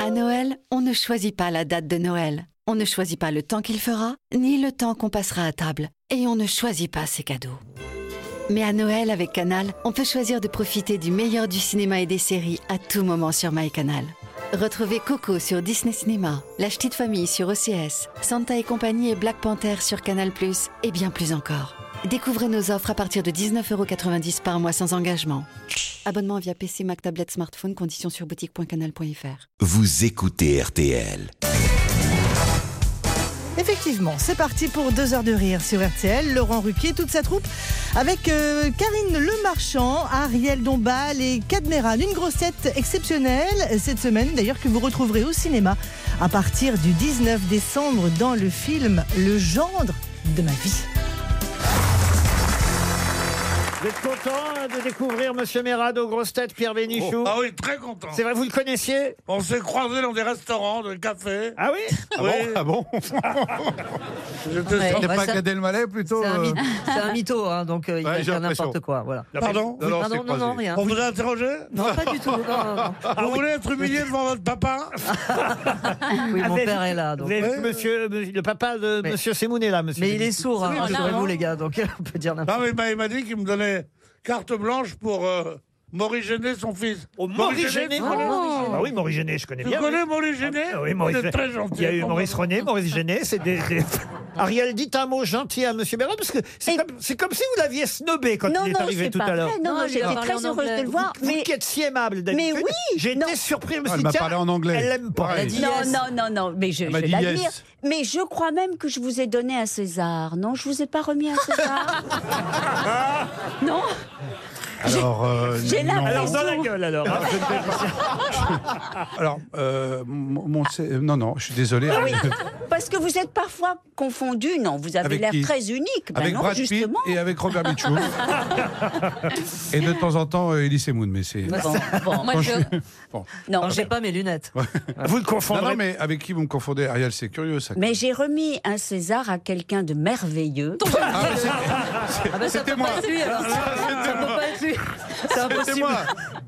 À Noël, on ne choisit pas la date de Noël. On ne choisit pas le temps qu'il fera, ni le temps qu'on passera à table. Et on ne choisit pas ses cadeaux. Mais à Noël, avec Canal, on peut choisir de profiter du meilleur du cinéma et des séries à tout moment sur MyCanal. Retrouvez Coco sur Disney Cinéma, La Ch'tite Famille sur OCS, Santa et compagnie et Black Panther sur Canal+, et bien plus encore. Découvrez nos offres à partir de 19,90 € par mois sans engagement. Abonnement via PC, Mac, tablette, smartphone, conditions sur boutique.canal.fr. Vous écoutez RTL. Effectivement, c'est parti pour 2 heures de rire sur RTL. Laurent Ruquier, toute sa troupe, avec Karine Lemarchand, Ariel Dombal et Cadmeran. Une grosse tête exceptionnelle cette semaine, d'ailleurs, que vous retrouverez au cinéma à partir du 19 décembre dans le film Le gendre de ma vie. Vous êtes content de découvrir Monsieur Mérad aux grosses têtes, Pierre Bénichou? Ah oui, très content. C'est vrai, vous le connaissiez? On s'est croisés dans des restaurants, des cafés. Ah oui? Ah bon C'était pas Gad Elmaleh plutôt C'est un mytho, hein, donc il va dire n'importe quoi. Voilà. Pardon? Non, rien. On vous a interrogé? Non, pas du tout. Non. Vous voulez être humilié devant votre papa? Oui, mon père est là. Donc. Vous avez vu le papa de Monsieur Semoun là, monsieur. Mais il est sourd, hein, rassurez-vous, non. les gars, donc on peut dire n'importe quoi. Non, mais il m'a dit qu'il me donnait carte blanche pour Morigéné, son fils. Oh, Morigéné? Ah oui, Morigéné, je connais Tu bien. connais Morigéné? Oui, Maurice. C'est très gentil. Il y a eu Maurice René, Maurice Géné, c'est des... Ariel, dites un mot gentil à Monsieur Mérad, parce que c'est comme si vous l'aviez snobé quand il est arrivé tout à l'heure. Non, j'étais très heureuse de le voir. Vous qui êtes si aimable d'habitude. Mais oui. J'ai été surpris. Je me suis Elle dit, m'a tiens, parlé en anglais. Elle l'aime pas. Pareil. Non, mais je m'a dit l'admire. yes. Mais je crois même que je vous ai donné à César. Non, je vous ai pas remis à César. Non. Alors, J'ai non. Alors, dans la gueule, alors. hein. Alors, non, je suis désolé. Oui, parce que vous êtes parfois confondus. Non, vous avez Avec l'air qui? très unique. Ben Avec non, Brad Pitt justement. et avec Robert Mitchum. Et de temps en temps, Elie Semoun, mais c'est... Bon, Quand je suis- Bon. non, Non, j'ai pas mes lunettes. Vous le Non, confondrez. non, mais avec qui vous me confondez, Ariel, c'est curieux, ça. mais j'ai remis un César à quelqu'un de merveilleux. Ah bah ça C'était peut moi. pas être lui, alors. Ça peut pas être lui. C'est C'était impossible. moi.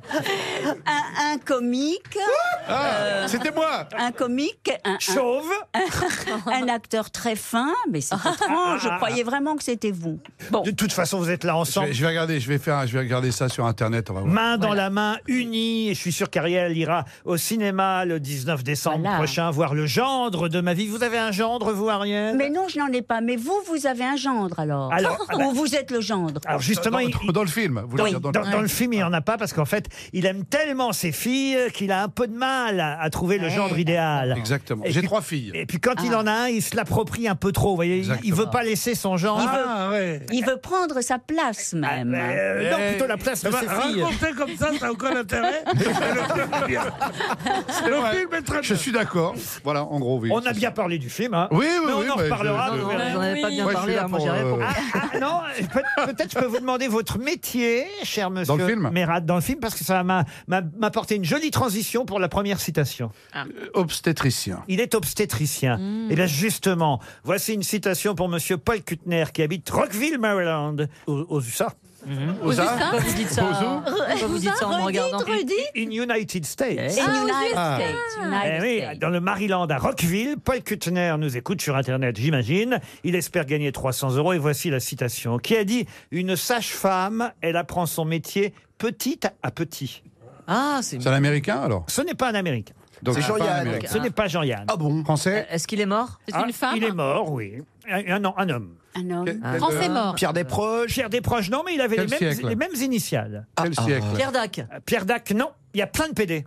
Un comique. C'était moi. Un comique. Chauve. Un acteur très fin. Mais c'est étrange. Je croyais vraiment que c'était vous. Bon. De toute façon, vous êtes là ensemble. Je vais regarder ça sur Internet. On va voir. Main dans la main, unis. Et je suis sûr qu'Ariel ira au cinéma le 19 décembre Voilà. prochain voir Le gendre de ma vie. Vous avez un gendre, vous, Ariel? Mais non, je n'en ai pas. Mais vous avez un gendre alors. Ou vous êtes le gendre. Alors justement, Dans le film. Vous voulez Oui. dire dans le film, il n'y en a pas parce qu'en fait, il aime tellement ses filles qu'il a un peu de mal à trouver le gendre idéal. Exactement. Et J'ai puis- 3 filles. Et puis quand il en a un, il se l'approprie un peu trop. Vous voyez, il Exactement. veut pas laisser son genre. Ah, ouais. Il veut prendre sa place même. Non, plutôt la place de ses filles. Raconter comme ça n'a aucun intérêt. Le film est bien. Le film est très Je bien. suis d'accord. Voilà, en gros, oui. On a bien parlé du film, hein. Oui, Mais on en bah, reparlera. je- vous Non, verrez. vous en avez pas bien Ouais, je suis parlé, là hein, moi pour, j'ai rien compris. Non, peut-être je peux vous demander votre métier, cher monsieur Dans le film Mérad, dans le film, parce que ça m'a apporté une jolie transition pour la première citation. Obstétricien. Il est obstétricien. Et bien justement, voici une citation pour monsieur Paul Kuttner qui habite Rockville, Maryland, aux USA, Osa Pourquoi vous dites ça Pourquoi vous dites ça en me regardant in United States. Et United Ah. States. Eh United oui, States. dans le Maryland, à Rockville, Paul Kuttner nous écoute sur Internet, j'imagine. Il espère gagner 300 € et voici la citation qui a dit « Une sage-femme, elle apprend son métier petit à petit. Ah, c'est... C'est un Américain, alors » Ce n'est pas un Américain. Donc, C'est pas un Jean-Yann. Américain. Ce n'est pas Jean-Yann. Ah bon Français Est-ce qu'il est mort? Ah, il est mort, oui. Un homme. Un homme. Français mort. Pierre Desproges. Pierre Desproges, non, mais il avait Quel siècle les mêmes initiales. Quel siècle Pierre Dac. Pierre Dac, non. Il y a plein de PD.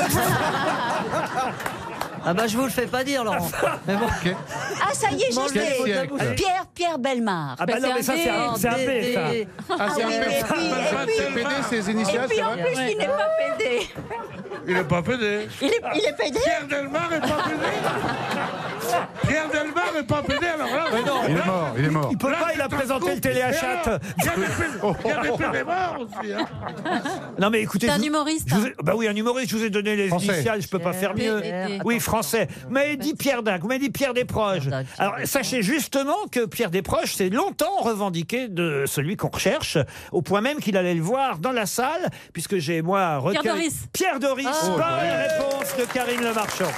Ah bah je vous le fais pas dire, Laurent. Mais bon. Ah, ça y est, Mangez j'y Quel vais. siècle Pierre Bellemare. Ah bah non, mais ça, c'est un B, ça. Ah, c'est un oui, PD. et puis- C'est PD, ses Et initiales, puis c'est en vrai plus, il n'est pas pédé. Il n'est pas pédé. Il est pédé. Pierre Delmar est pas pédé. Pierre Delmar est pas pédé, alors là. Il est mort. Il peut pas, il a présenté le téléachat. Il y a des pédés morts aussi. Hein. Non mais écoutez, C'est un humoriste. bah oui, un humoriste. Je vous ai donné les Français. initiales, je peux pas faire mieux. Pierre. Oui, français. Vous m'avez dit Pierre Dac, vous m'avez dit Pierre Desproges. Pierre Dac, Alors Pierre sachez justement que Pierre Desproges s'est longtemps revendiqué de celui qu'on recherche, au point même qu'il allait le voir dans la salle, puisque j'ai moi recueilli Doris. Pierre Doris. Bonne réponse de Karine Le Marchand.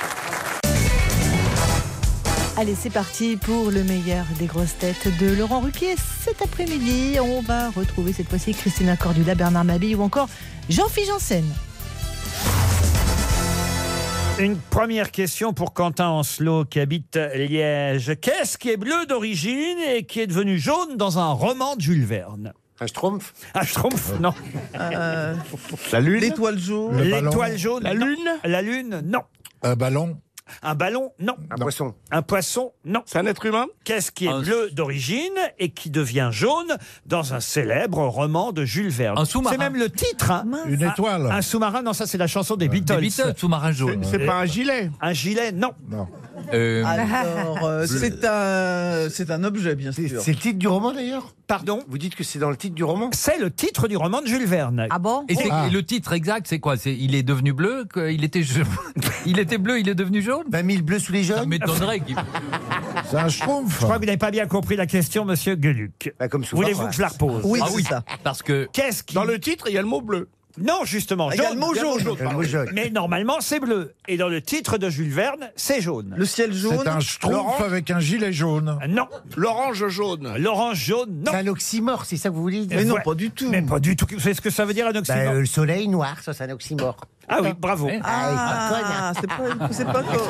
Allez, c'est parti pour le meilleur des grosses têtes de Laurent Ruquier. Cet après-midi, on va retrouver cette fois-ci Christina Cordula, Bernard Mabille ou encore Jean-Philippe Janssen. Une première question pour Quentin Ancelot qui habite Liège. Qu'est-ce qui est bleu d'origine et qui est devenu jaune dans un roman de Jules Verne? Un schtroumpf? Un schtroumpf, non. La lune? L'étoile jaune. L'étoile jaune, La non. lune? La lune, non. Un ballon. Un ballon, non. Un poisson? Un poisson, non. C'est un être humain? Qu'est-ce qui est bleu d'origine et qui devient jaune dans un célèbre roman de Jules Verne? Un sous-marin. C'est même le titre. Hein. Une étoile. Un sous-marin, non, ça c'est la chanson des Beatles. Des Beatles, sous-marin jaune. C'est pas un gilet? Un gilet, non. Non. Alors, c'est un objet, bien sûr. C'est le titre du roman d'ailleurs? Pardon? Vous dites que c'est dans le titre du roman? C'est le titre du roman de Jules Verne. Ah bon? Et, et le titre exact, c'est quoi? Il est devenu bleu, il était il était bleu, il est devenu jaune? 20 000 bleus sous les Ça jaunes? m'étonnerait qu'il... C'est un schtroumpf. Je crois que vous n'avez pas bien compris la question, monsieur Gueluc. Bah, comme souvent. Voulez-vous que je la repose? Oui, Ah c'est oui, ça. parce que... Qu'est-ce qui... Dans le titre, il y a le mot bleu. Non, justement, Il y a jaune. le mot jaune. Le mot jaune. Mais normalement, c'est bleu. Et dans le titre de Jules Verne, c'est jaune. Le ciel jaune. C'est un schtroumpf L'orange. avec un gilet jaune. Non. L'orange jaune. L'orange jaune, non. C'est un oxymore, c'est ça que vous voulez dire? Mais non, Ouais. pas du tout. Mais pas du tout. Vous savez ce que ça veut dire, un oxymore? Le soleil noir, ça c'est un oxymore. Ah oui, bravo. Ah, c'est pas quoi.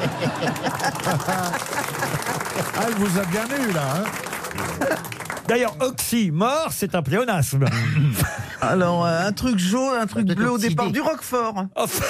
Ah, elle vous a bien eu, là. Hein. D'ailleurs, oxymore, c'est un pléonasme. Alors, un truc jaune, un truc peut-être bleu au oxydé. départ, du Roquefort.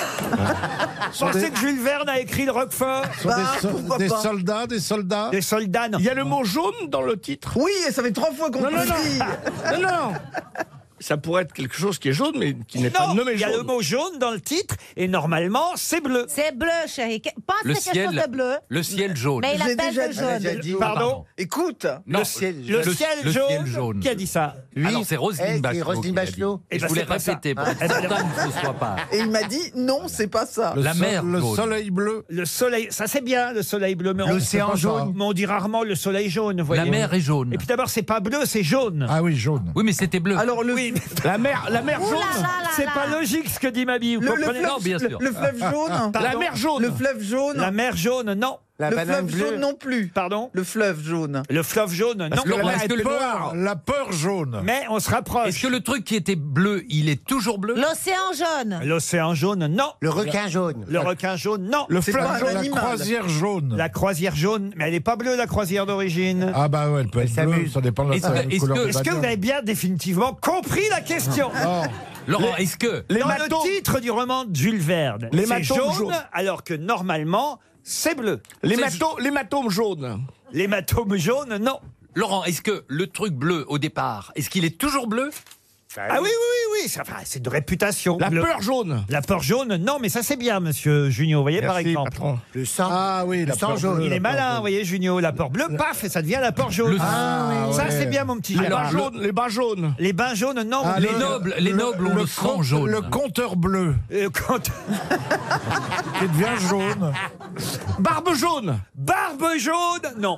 Pensez que Jules Verne a écrit le Roquefort? Ce sont pourquoi des pas. soldats, des soldats. Des soldats, non. Il y a le mot jaune dans le titre. Oui, et ça fait 3 fois qu'on Non, te non, le non. dit. Non. Ça pourrait être quelque chose qui est jaune, mais qui n'est pas Non, nommé il y a le jaune. mot jaune dans le titre et normalement, c'est bleu. C'est bleu, chérie. Pense Le à quelque chose ciel, de bleu. le ciel jaune. Mais il J'ai appelle déjà- le j'ai déjà jaune. dit. Pardon? Écoute. Non, Le ciel Le jaune. ciel le jaune. ciel jaune. Qui a dit ça? Lui, Ah non, c'est Roselyne Bachelot. c'est Roselyne qui l'a dit. Bachelot. Et Eh je ben, voulais c'est pas ça. répéter pour être Eh ben, certain que ce ne soit pas. Et il m'a dit non, c'est pas ça. La mer Le jaune. soleil bleu. Le soleil, ça c'est bien, le soleil bleu. Mais L'océan pas ça. jaune. mais on dit rarement le soleil jaune, vous voyez. La mer est jaune. Et puis d'abord, c'est pas bleu, c'est jaune. Ah oui, jaune. Oui, mais c'était bleu. Alors, le, Oui, mais La mer Ouh jaune. là là là c'est là. pas logique ce que dit Mabie, vous le comprenez? fleuve, Non, bien sûr. le fleuve jaune. La mer jaune. Le fleuve jaune. La mer jaune, non. La le banane fleuve jaune bleue. non plus. Pardon? Le fleuve jaune. Le fleuve jaune, non. Parce que La est-ce que le peur, la peur jaune. Mais on se rapproche. Est-ce que le truc qui était bleu, il est toujours bleu? L'océan jaune. L'océan jaune, non. Le requin jaune. Le requin jaune, non. Le C'est fleuve pas un jaune. La animal. croisière jaune. La croisière jaune, mais elle n'est pas bleue, la croisière d'origine. Ah bah ouais, elle peut être bleue, s'amuse. ça dépend de la Est-ce que- couleur de est-ce Est-ce que vous bagnole. avez bien définitivement compris la question? Oh, Laurent, est-ce que... Les Dans matos. le titre du roman de Jules Verne, Les c'est matomes jaune, jaunes. alors que normalement, c'est bleu. Les matomes jaunes. L'hématome jaune, non. Laurent, est-ce que le truc bleu au départ, est-ce qu'il est toujours bleu? Ah oui, oui, oui, oui, ça, enfin, c'est de réputation. La Le- peur jaune. La peur jaune, non, mais ça c'est bien, monsieur Junio, vous voyez, par Merci, exemple. patron. Le sang. Ah oui, la sang peur jaune. bleue, Il la est peur malin, bleue. vous voyez, Junio, la peur bleue, paf, et ça devient la peur jaune. Le- Ah, Ça ouais. c'est bien, mon petit Les Gérard. bains jaunes. Les bains jaunes. Les bains jaunes, non. Ah, Les nobles ont le sang compte- jaune. Le compteur bleu Quand- qui devient jaune. Barbe jaune. Barbe jaune, non.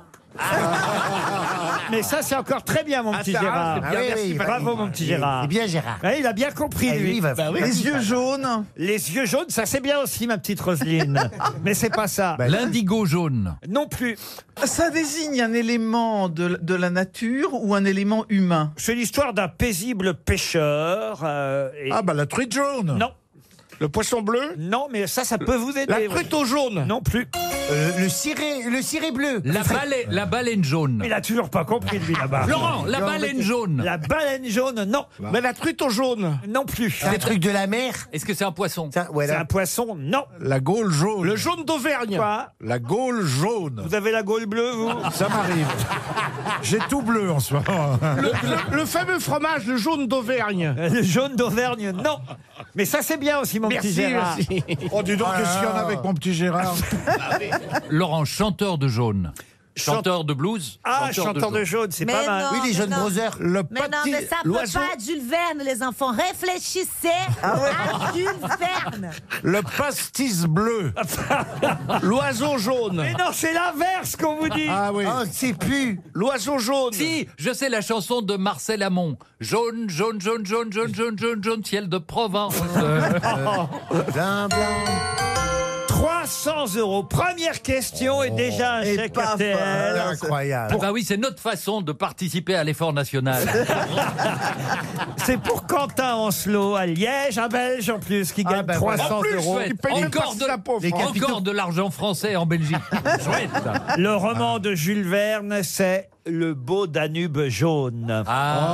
Mais ça, c'est encore très bien, mon petit ça, Gérard. c'est Ah oui, merci, oui, Bravo, mon petit Gérard. C'est bien Gérard. Ouais, il a bien compris, Ah, lui. lui, il va- Les yeux jaunes. Les yeux jaunes, ça c'est bien aussi, ma petite Roselyne. Mais c'est pas ça. L'indigo jaune. Non plus. Ça désigne un élément de la nature ou un élément humain. C'est l'histoire d'un paisible pêcheur. Ah bah la truite jaune. Non, Le poisson bleu. non, mais ça peut vous aider. La oui. truite au jaune. Non plus. Le ciré bleu. La baleine jaune. Il a toujours pas compris, lui, là-bas. Laurent, la baleine jaune. La baleine jaune, non. Mais la truite au jaune. Non plus. C'est un truc de la mer. Est-ce que c'est un poisson? Ça, C'est voilà. un poisson, non. La gaule jaune. Le jaune d'Auvergne. Quoi? La gaule jaune. Vous avez la gaule bleue, vous? Ça m'arrive. J'ai tout bleu en ce moment. Le fameux fromage, le jaune d'Auvergne. Le jaune d'Auvergne, non. Mais ça, c'est bien aussi, mon petit Merci, Gérard. merci. Oh, dis donc, qu'est-ce qu'il y en a avec mon petit Gérard? Laurent, chanteur de jaune. Chanteur de blues. Ah, chanteur de jaune, c'est Mais pas mal. non. Oui, les jeunes non. brothers. Le Mais non, petit- mais ça peut l'oiseau. pas être Jules Verne, les enfants. Réfléchissez à Jules Verne. Le pastis bleu. L'oiseau jaune. Mais non, c'est l'inverse qu'on vous dit. Ah oui. Oh, c'est plus. L'oiseau jaune. Si, je sais la chanson de Marcel Amont. Jaune, jaune, jaune, jaune, jaune, jaune, jaune, jaune, ciel de Provence. Blanc, blanc. 3 300 €. Première question et déjà un Et chèque paf, RTL. Incroyable. Ah bah oui, c'est notre façon de participer à l'effort national. C'est pour Quentin Ancelot à Liège, un Belge en plus, qui gagne 300 €. Chouette. Encore de l'argent français en Belgique. Chouette. Le roman de Jules Verne, c'est Le beau Danube jaune.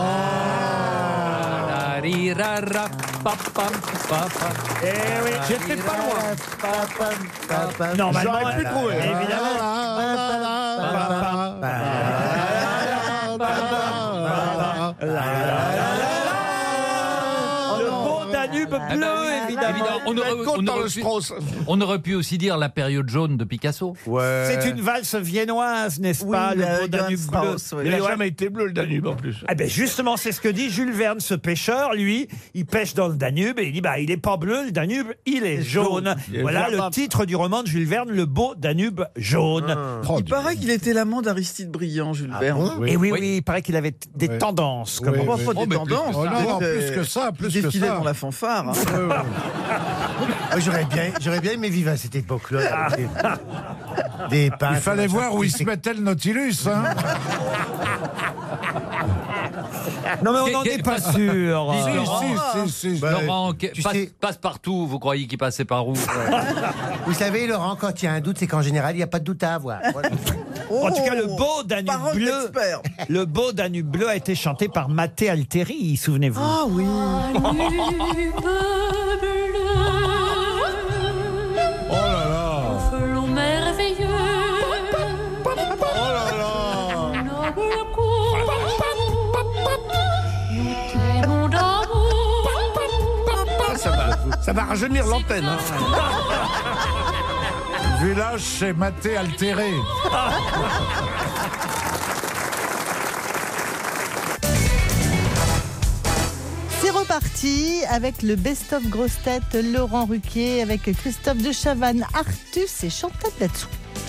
Eh oui, j'étais pas loin. Normalement, J'aurais pu trouver. Le beau Danube bleu, évidemment. On aurait pu aussi dire la période jaune de Picasso. C'est une valse viennoise, n'est-ce pas, le beau Danube bleu. Il n'a jamais été bleu, le Danube, en plus. Eh ben justement, c'est ce que dit Jules Verne, ce pêcheur. Lui, il pêche dans le Danube et il dit, il est pas bleu, le Danube, il est jaune. Voilà le titre du roman de Jules Verne, Le beau Danube jaune. Il paraît qu'il était l'amant d'Aristide Briand, Jules Verne. Et oui, il paraît qu'il avait des tendances. Comme On voit pas des tendances. non, plus que ça, plus que défilait ça. dans la fanfare. Hein. J'aurais bien aimé vivre à cette époque-là. Des peintres, Il fallait voir où il se mettait le Nautilus. Hein. Non, mais on n'en est pas sûr. Laurent, passe partout, vous croyez qu'il passait par où? Vous savez, Laurent, quand il y a un doute, c'est qu'en général, il n'y a pas de doute à avoir. Voilà. En tout cas, le beau Danube bleu, le beau Danube bleu a été chanté par Matteo Alteri, souvenez-vous. Ah oui. Oh là là. Flot merveilleux. Oh là là. Nous t'aimons d'amour. Ça va rajeunir l'antenne. Hein. Village chez Maté altéré. C'est reparti avec le best-of grosse tête Laurent Ruquier avec Christophe de Chavannes, Artus et Chantal Latsou.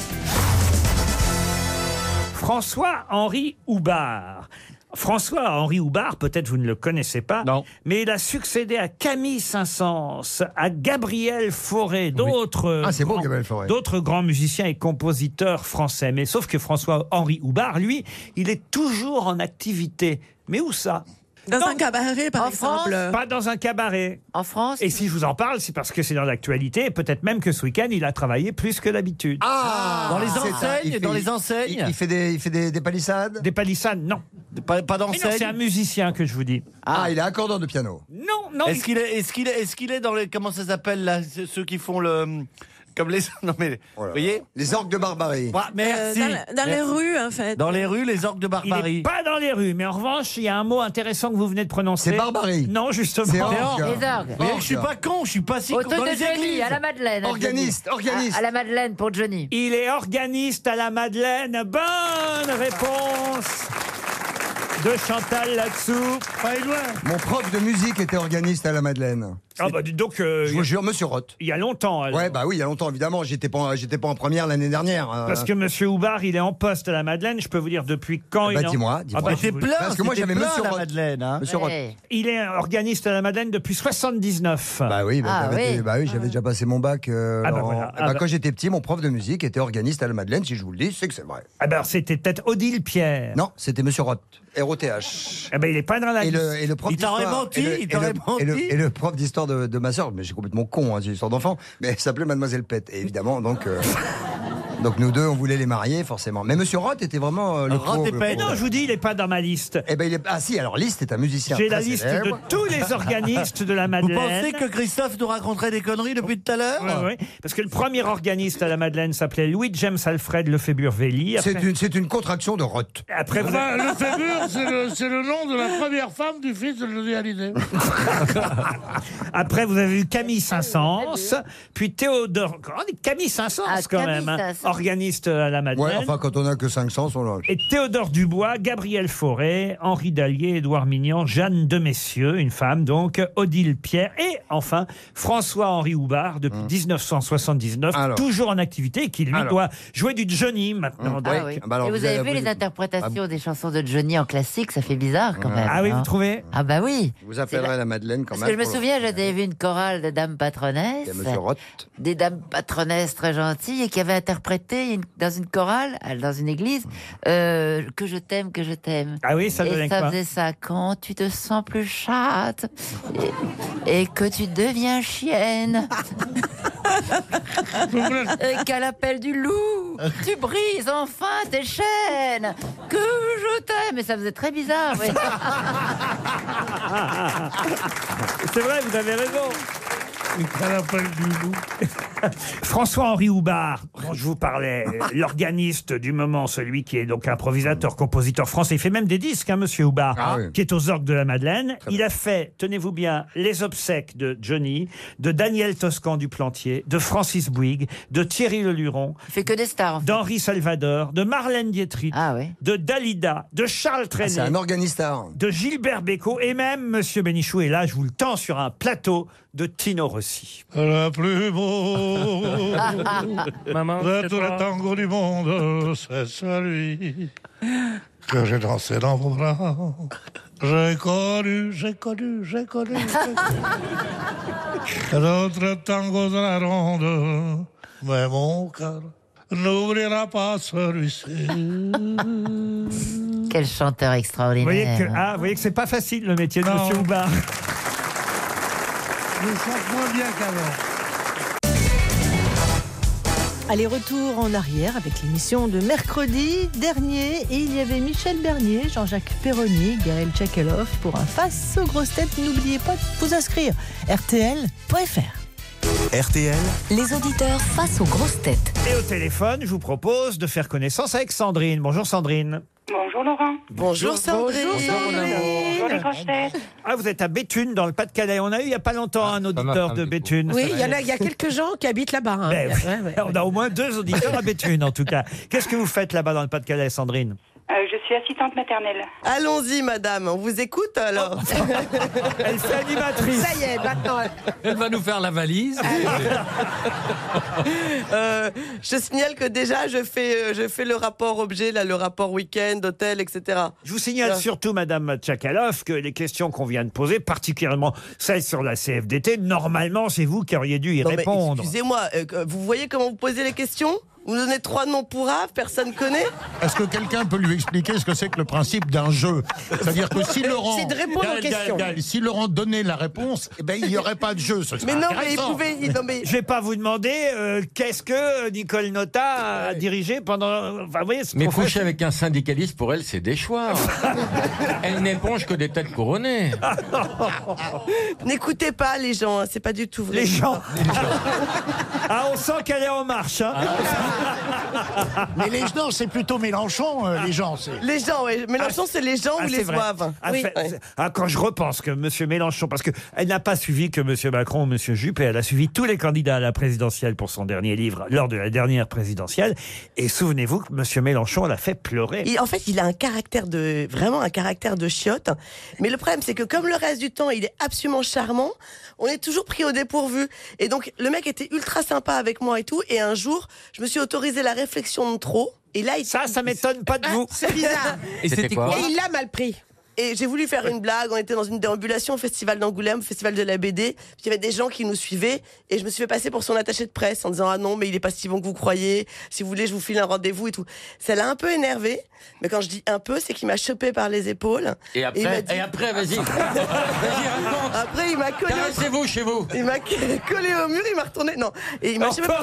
François-Henri Houbard. François-Henri Houbard, peut-être vous ne le connaissez pas, mais il a succédé à Camille Saint-Saëns, à Gabriel Fauré, d'autres grands musiciens et compositeurs français. Mais sauf que François-Henri Houbard, lui, il est toujours en activité. Mais où ça ? Dans un cabaret, par exemple. Pas dans un cabaret. En France. Et si je vous en parle, c'est parce que c'est dans l'actualité. Et peut-être même que ce week-end, il a travaillé plus que d'habitude. Dans les enseignes, il fait des palissades. Des palissades, non. Pas Mais non, d'enseignes. c'est un musicien que je vous dis. Il est accordeur de piano. Non. Est-ce qu'il est dans les, comment ça s'appelle là, ceux qui font le, comme les, non mais, vous voyez, les orgues de barbarie. Merci. Dans les rues, en fait. Dans les rues, les orgues de Il barbarie. n'est pas dans les rues, mais en revanche, il y a un mot intéressant que vous venez de prononcer. C'est barbarie. Non, justement. C'est orgue. Les orgues. Mais je suis pas con, je suis pas si con. Au truc Dans de les Johnny, églises. à la Madeleine. Organiste. À la Madeleine pour Johnny. Il est organiste à la Madeleine. Bonne réponse de Chantal Latsou. Pas loin. Mon prof de musique était organiste à la Madeleine. Ah bah dis donc. Je vous jure, Monsieur Roth. Il y a longtemps. Alors. Ouais, bah oui, il y a longtemps, évidemment. J'étais pas en première l'année dernière. Parce que Monsieur Houbard, il est en poste à la Madeleine. Je peux vous dire depuis quand il est. Dis-moi. Ah bah, t'es plein. Parce que moi j'avais Monsieur Roth. Madeleine, hein. Monsieur Roth. Il est organiste à la Madeleine depuis 79. Bah oui, j'avais déjà passé mon bac. Quand j'étais petit, mon prof de musique était organiste à la Madeleine. Si je vous le dis, c'est que c'est vrai. Ah ben c'était peut-être Odile Pierre. Non, c'était Monsieur Roth. ROTH. Ah ben il est pas dans la liste. Et le prof Il t'a d'histoire- menti, et le- il t'aurait et le- menti. et le- Et le prof d'histoire de ma sœur, mais j'ai complètement con, c'est une histoire d'enfant, mais elle s'appelait Mademoiselle Pette. Et évidemment, donc nous deux, on voulait les marier, forcément. Mais Monsieur Roth était vraiment le pro. Non, je vous dis, il n'est pas dans ma liste. Eh ben, si, alors Liszt est un musicien. J'ai la très liste célèbre. de tous les organistes de la Vous Madeleine. pensez que Christophe nous raconterait des conneries depuis tout à l'heure? Oui, parce que le premier organiste à la Madeleine s'appelait Louis James Alfred Lefébure-Velly. C'est une contraction de Roth. Après, vous Enfin, le Fébure, c'est le nom de la première femme du fils de Johnny Hallyday. Après, vous avez eu Camille Saint-Saëns, puis Théodore. Oh, Camille Saint-Saëns, quand Camille même. hein. Saint-Saëns. organiste à la Madeleine. Ouais, enfin, quand on a que 500, on lâche. Et Théodore Dubois, Gabriel Fauré, Henri Dallier, Édouard Mignon, Jeanne de Messieux, une femme donc, Odile Pierre et enfin François-Henri Houbard depuis 1979, toujours en activité et qui lui doit jouer du Johnny maintenant. Ah oui. Et vous avez vu les interprétations des chansons de Johnny en classique, ça fait bizarre quand même. Ah oui, vous trouvez? Ah bah oui. Vous appellerez la Madeleine quand même. Parce que je me souviens, j'avais vu une chorale de dames patronesses. Il y a Monsieur Roth. Des dames patronesses très gentilles et qui avaient interprété dans une chorale, dans une église, que je t'aime, que je t'aime. Ah oui, ça donnait Et ça quoi? faisait ça quand tu te sens plus chatte et que tu deviens chienne. Et qu'à l'appel du loup, tu brises enfin tes chaînes. Que je t'aime. Mais ça faisait très bizarre. Oui. C'est vrai, vous avez raison. À l'appel du loup. François-Henri Houbard, dont je vous parlais, l'organiste du moment, celui qui est donc improvisateur, compositeur français. Il fait même des disques, hein, monsieur Houbard, qui est aux orgues de la Madeleine. Il a fait, tenez-vous bien, les obsèques de Johnny, de Daniel Toscan du Plantier, de Francis Bouygues, de Thierry Leluron. Il fait que des stars. En fait. D'Henri Salvador, de Marlène Dietrich, de Dalida, de Charles Trenet. C'est un organiste-star. De Gilbert Bécaud et même, monsieur Bénichou, et là, je vous le tends sur un plateau, de Tino Rossi. La plus beau de tous les tangos du monde, c'est celui que j'ai dansé dans vos bras. J'ai connu d'autres tangos de la ronde, mais mon cœur n'oubliera pas celui-ci. Quel chanteur extraordinaire. Vous voyez que c'est pas facile le métier de monsieur Houbard. Je chante moins bien qu'avant. Allez, retour en arrière avec l'émission de mercredi dernier. Et il y avait Michel Bernier, Jean-Jacques Perroni, Gaël Tchakaloff pour un face aux grosses têtes. N'oubliez pas de vous inscrire. RTL.fr. RTL, les auditeurs face aux grosses têtes. Et au téléphone, je vous propose de faire connaissance avec Sandrine. Bonjour Sandrine. Bonjour Laurent. Bonjour Sandrine. Bonjour les grosses têtes. Ah, vous êtes à Béthune, dans le Pas-de-Calais. On a eu il n'y a pas longtemps un auditeur de Béthune. Oui, il y a quelques gens qui habitent là-bas. Hein. On a au moins 2 auditeurs à Béthune, en tout cas. Qu'est-ce que vous faites là-bas dans le Pas-de-Calais, Sandrine? Je suis assistante maternelle. Allons-y, madame, on vous écoute alors. Elle fait animatrice. Ça y est, maintenant. Elle va nous faire la valise. Je signale que déjà, je fais le rapport objet, là, le rapport week-end, hôtel, etc. Je vous signale surtout, madame Tchakaloff, que les questions qu'on vient de poser, particulièrement celles sur la CFDT, normalement, c'est vous qui auriez dû y répondre. Excusez-moi, vous voyez comment vous posez les questions? Vous me donnez 3 noms pourraves, personne connaît. Est-ce que quelqu'un peut lui expliquer ce que c'est que le principe d'un jeu? C'est-à-dire que si Laurent... C'est de répondre aux questions. Si Laurent donnait la réponse, eh ben, il n'y aurait pas de jeu. Ce mais non, mais il pouvait... Je ne vais pas vous demander qu'est-ce que Nicole Notat a dirigé pendant... Enfin, vous voyez, mais coucher avec un syndicaliste, pour elle, c'est des choix. Elle n'éponge que des têtes couronnées. N'écoutez pas les gens, hein, c'est pas du tout vrai. Les gens. Ah, on sent qu'elle est en marche. Hein. Mais les gens, c'est plutôt Mélenchon, les gens. Les gens, oui. Mélenchon, c'est les gens ou les zouaves. Oui. Quand je repense que M. Mélenchon, parce qu'elle n'a pas suivi que M. Macron ou M. Juppé, elle a suivi tous les candidats à la présidentielle pour son dernier livre, lors de la dernière présidentielle. Et souvenez-vous que M. Mélenchon l'a fait pleurer. En fait, il a vraiment un caractère de chiotte. Mais le problème, c'est que comme le reste du temps, il est absolument charmant, on est toujours pris au dépourvu. Et donc, le mec était ultra sympa avec moi et tout. Et un jour, je me suis autorisé la réflexion de trop. Et là, ça m'étonne pas de vous. C'est bizarre. Et c'était quoi? Et il l'a mal pris. Et j'ai voulu faire une blague. On était dans une déambulation au Festival d'Angoulême, au Festival de la BD. Il y avait des gens qui nous suivaient. Et je me suis fait passer pour son attaché de presse en disant « Ah non, mais il est pas si bon que vous croyez. Si vous voulez, je vous file un rendez-vous et tout. » Ça l'a un peu énervé. Mais quand je dis un peu, c'est qu'il m'a chopé par les épaules. Et après, vas-y. Vas-y, raconte. Après, il m'a collé. Caressez-vous chez vous. Il m'a collé au mur, il m'a retourné. Non. Et il m'a chopé.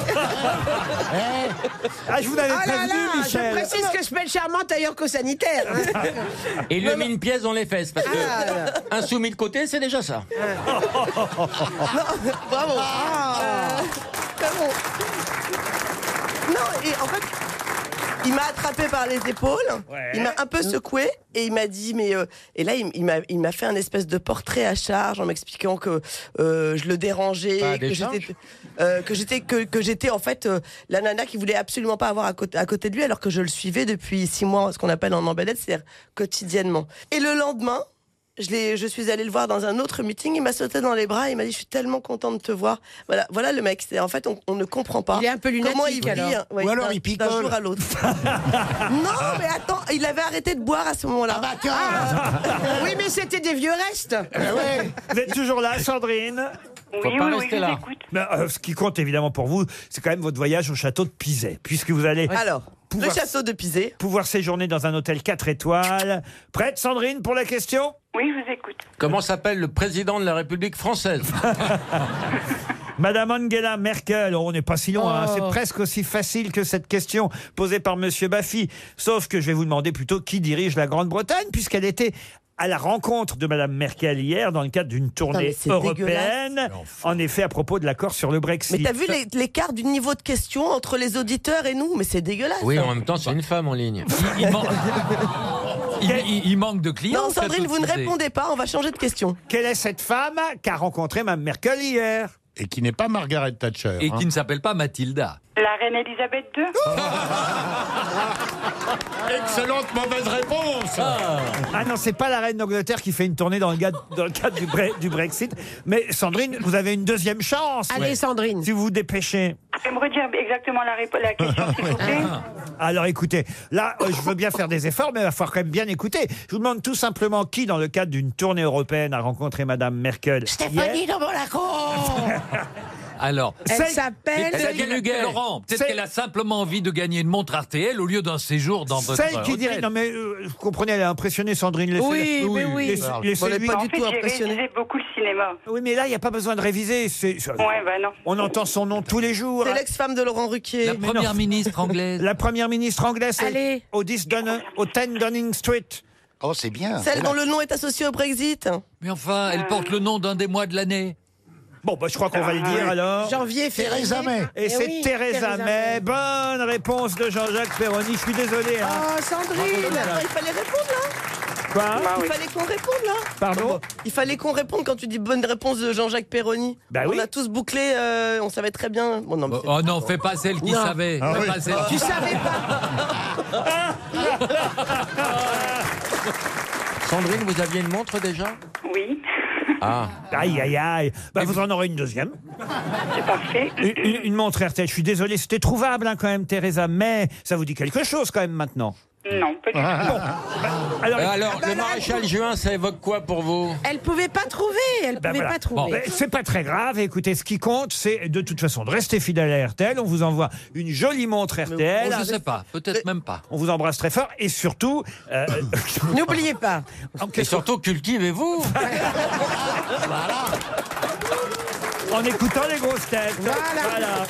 Ah, je vous avais prévenu, Michel. Je précise que je peux être charmante ailleurs qu'au sanitaire. Hein. Et il lui a mis une pièce dans les fesses, parce que un soumis de côté, c'est déjà ça. Non, bravo. Très bon. Non, et en fait... Il m'a attrapé par les épaules, il m'a un peu secoué et il m'a dit et là il m'a fait un espèce de portrait à charge en m'expliquant que je le dérangeais, que j'étais en fait la nana qui voulait absolument pas avoir à côté de lui alors que je le suivais depuis 6 mois, ce qu'on appelle en embellette, c'est-à-dire quotidiennement. Et le lendemain, je suis allée le voir dans un autre meeting, il m'a sauté dans les bras et il m'a dit je suis tellement content de te voir. Voilà le mec, en fait on ne comprend pas. Il est un peu lunatique, comment il vit Ou alors il picole. d'un jour à l'autre. Non mais attends, il avait arrêté de boire à ce moment-là. Oui, mais c'était des vieux restes. Vous êtes toujours là, Sandrine? Oui, je vous écoute. Mais, ce qui compte évidemment pour vous, c'est quand même votre voyage au château de Pizet, puisque vous allez le château de Pizet pouvoir séjourner dans un hôtel 4 étoiles. Prête, Sandrine, pour la question? Oui, je vous écoute. Comment s'appelle le président de la République française? Madame Angela Merkel, on n'est pas si loin, c'est presque aussi facile que cette question posée par Monsieur Baffy. Sauf que je vais vous demander plutôt qui dirige la Grande-Bretagne, puisqu'elle était à la rencontre de Madame Merkel hier dans le cadre d'une tournée européenne. En effet, à propos de l'accord sur le Brexit. Mais t'as vu l'écart du niveau de question entre les auditeurs et nous? Mais c'est dégueulasse. Oui, en même temps, c'est une femme en ligne. Il manque de clients. Non, Sandrine, vous ne répondez pas, on va changer de question. Quelle est cette femme qu'a rencontré Mme Merkel hier? Et qui n'est pas Margaret Thatcher. Et qui ne s'appelle pas Mathilda. La reine Elisabeth II. Excellente mauvaise réponse. Ah non, c'est pas la reine d'Angleterre qui fait une tournée dans le cadre du Brexit. Mais Sandrine, vous avez une deuxième chance. Allez, Sandrine. Si vous vous dépêchez. Vous pouvez me redire exactement la question, s'il vous plaît? Alors écoutez, là, je veux bien faire des efforts, mais il va falloir quand même bien écouter. Je vous demande tout simplement qui, dans le cadre d'une tournée européenne, a rencontré Madame Merkel. Stéphanie de Monaco. Alors, elle s'appelle Laurent. Peut-être qu'elle a simplement envie de gagner une montre RTL au lieu d'un séjour dans votre Celle qui dirait, non mais vous comprenez, elle est impressionnée, Sandrine. Oui, mais oui. Laissez-lui. En fait, j'ai révisé beaucoup le cinéma. Oui, mais là, il n'y a pas besoin de réviser. Non. On entend son nom tous les jours. C'est l'ex-femme de Laurent Ruquier. La première ministre anglaise. La première ministre anglaise, Allez. au 10 Downing Street. Oh, c'est bien. Celle dont le nom est associé au Brexit. Mais enfin, elle porte le nom d'un des mois de l'année. Bon, je crois qu'on va le dire alors. Janvier, février. Theresa May. Et c'est Theresa May. Bonne réponse de Jean-Jacques Perroni. Je suis désolé. Oh, Sandrine. Il fallait répondre là. Quoi? Il fallait qu'on réponde là. Pardon? Il fallait qu'on réponde quand tu dis bonne réponse de Jean-Jacques Perroni. On a tous bouclé, on savait très bien. Bon, non, oh non, fais pas celle qui savait. Ah, fais pas celle tu savais pas. Sandrine, vous aviez une montre déjà? Oui. Ah. Aïe, aïe, aïe. Vous en aurez une deuxième. C'est parfait. Une montre RTL. Je suis désolé, c'était trouvable quand même, Theresa May. Ça vous dit quelque chose quand même maintenant? Non, pas du tout. Alors, le maréchal Juin, ça évoque quoi pour vous? Elle pouvait pas trouver. Pas trouver. Bon, c'est pas très grave. Écoutez, ce qui compte, c'est de toute façon de rester fidèle à RTL. On vous envoie une jolie montre RTL. Je sais pas, peut-être même pas. On vous embrasse très fort et surtout... N'oubliez pas. Et surtout, cultivez-vous. Voilà. En écoutant les grosses têtes. Voilà.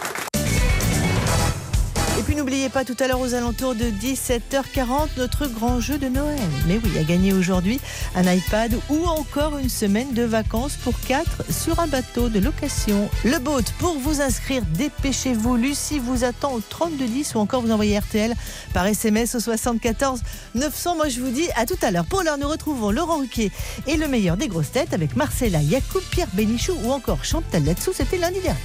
Et puis n'oubliez pas tout à l'heure aux alentours de 17h40 notre grand jeu de Noël. Mais oui, à gagner aujourd'hui un iPad ou encore une semaine de vacances pour 4 sur un bateau de location. Le boat, pour vous inscrire, dépêchez-vous. Lucie vous attend au 3210 ou encore vous envoyez RTL par SMS au 74 900. Moi je vous dis à tout à l'heure. Pour l'heure, nous retrouvons Laurent Ruquier et le meilleur des grosses têtes avec Marcella Yacoub, Pierre Bénichou ou encore Chantal Latsou. C'était lundi dernier.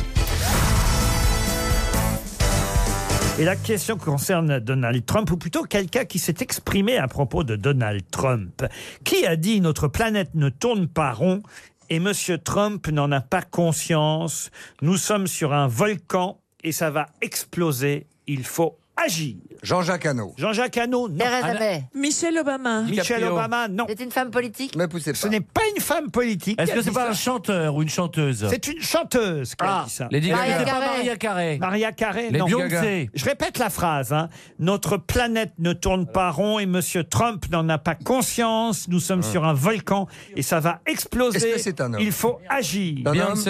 Et la question concerne Donald Trump, ou plutôt quelqu'un qui s'est exprimé à propos de Donald Trump. Qui a dit « Notre planète ne tourne pas rond » et M. Trump n'en a pas conscience. Nous sommes sur un volcan et ça va exploser. Il faut agir. Jean-Jacques Hano. Jean-Jacques Hano, non. Theresa May. Michelle Obama. Michelle Obama, non. C'est une femme politique? Me poussez pas. Ce n'est pas une femme politique. Est-ce que c'est pas un chanteur ou une chanteuse? C'est une chanteuse qui a dit ça. Lady Maria Gaga. Carey. Maria Carey. Maria Carey, Lady non. Gaga. Je répète la phrase. Notre planète ne tourne pas rond et Monsieur Trump n'en a pas conscience. Nous sommes sur un volcan et ça va exploser. Est-ce que c'est un homme? Il faut agir. Un homme? Beyoncé.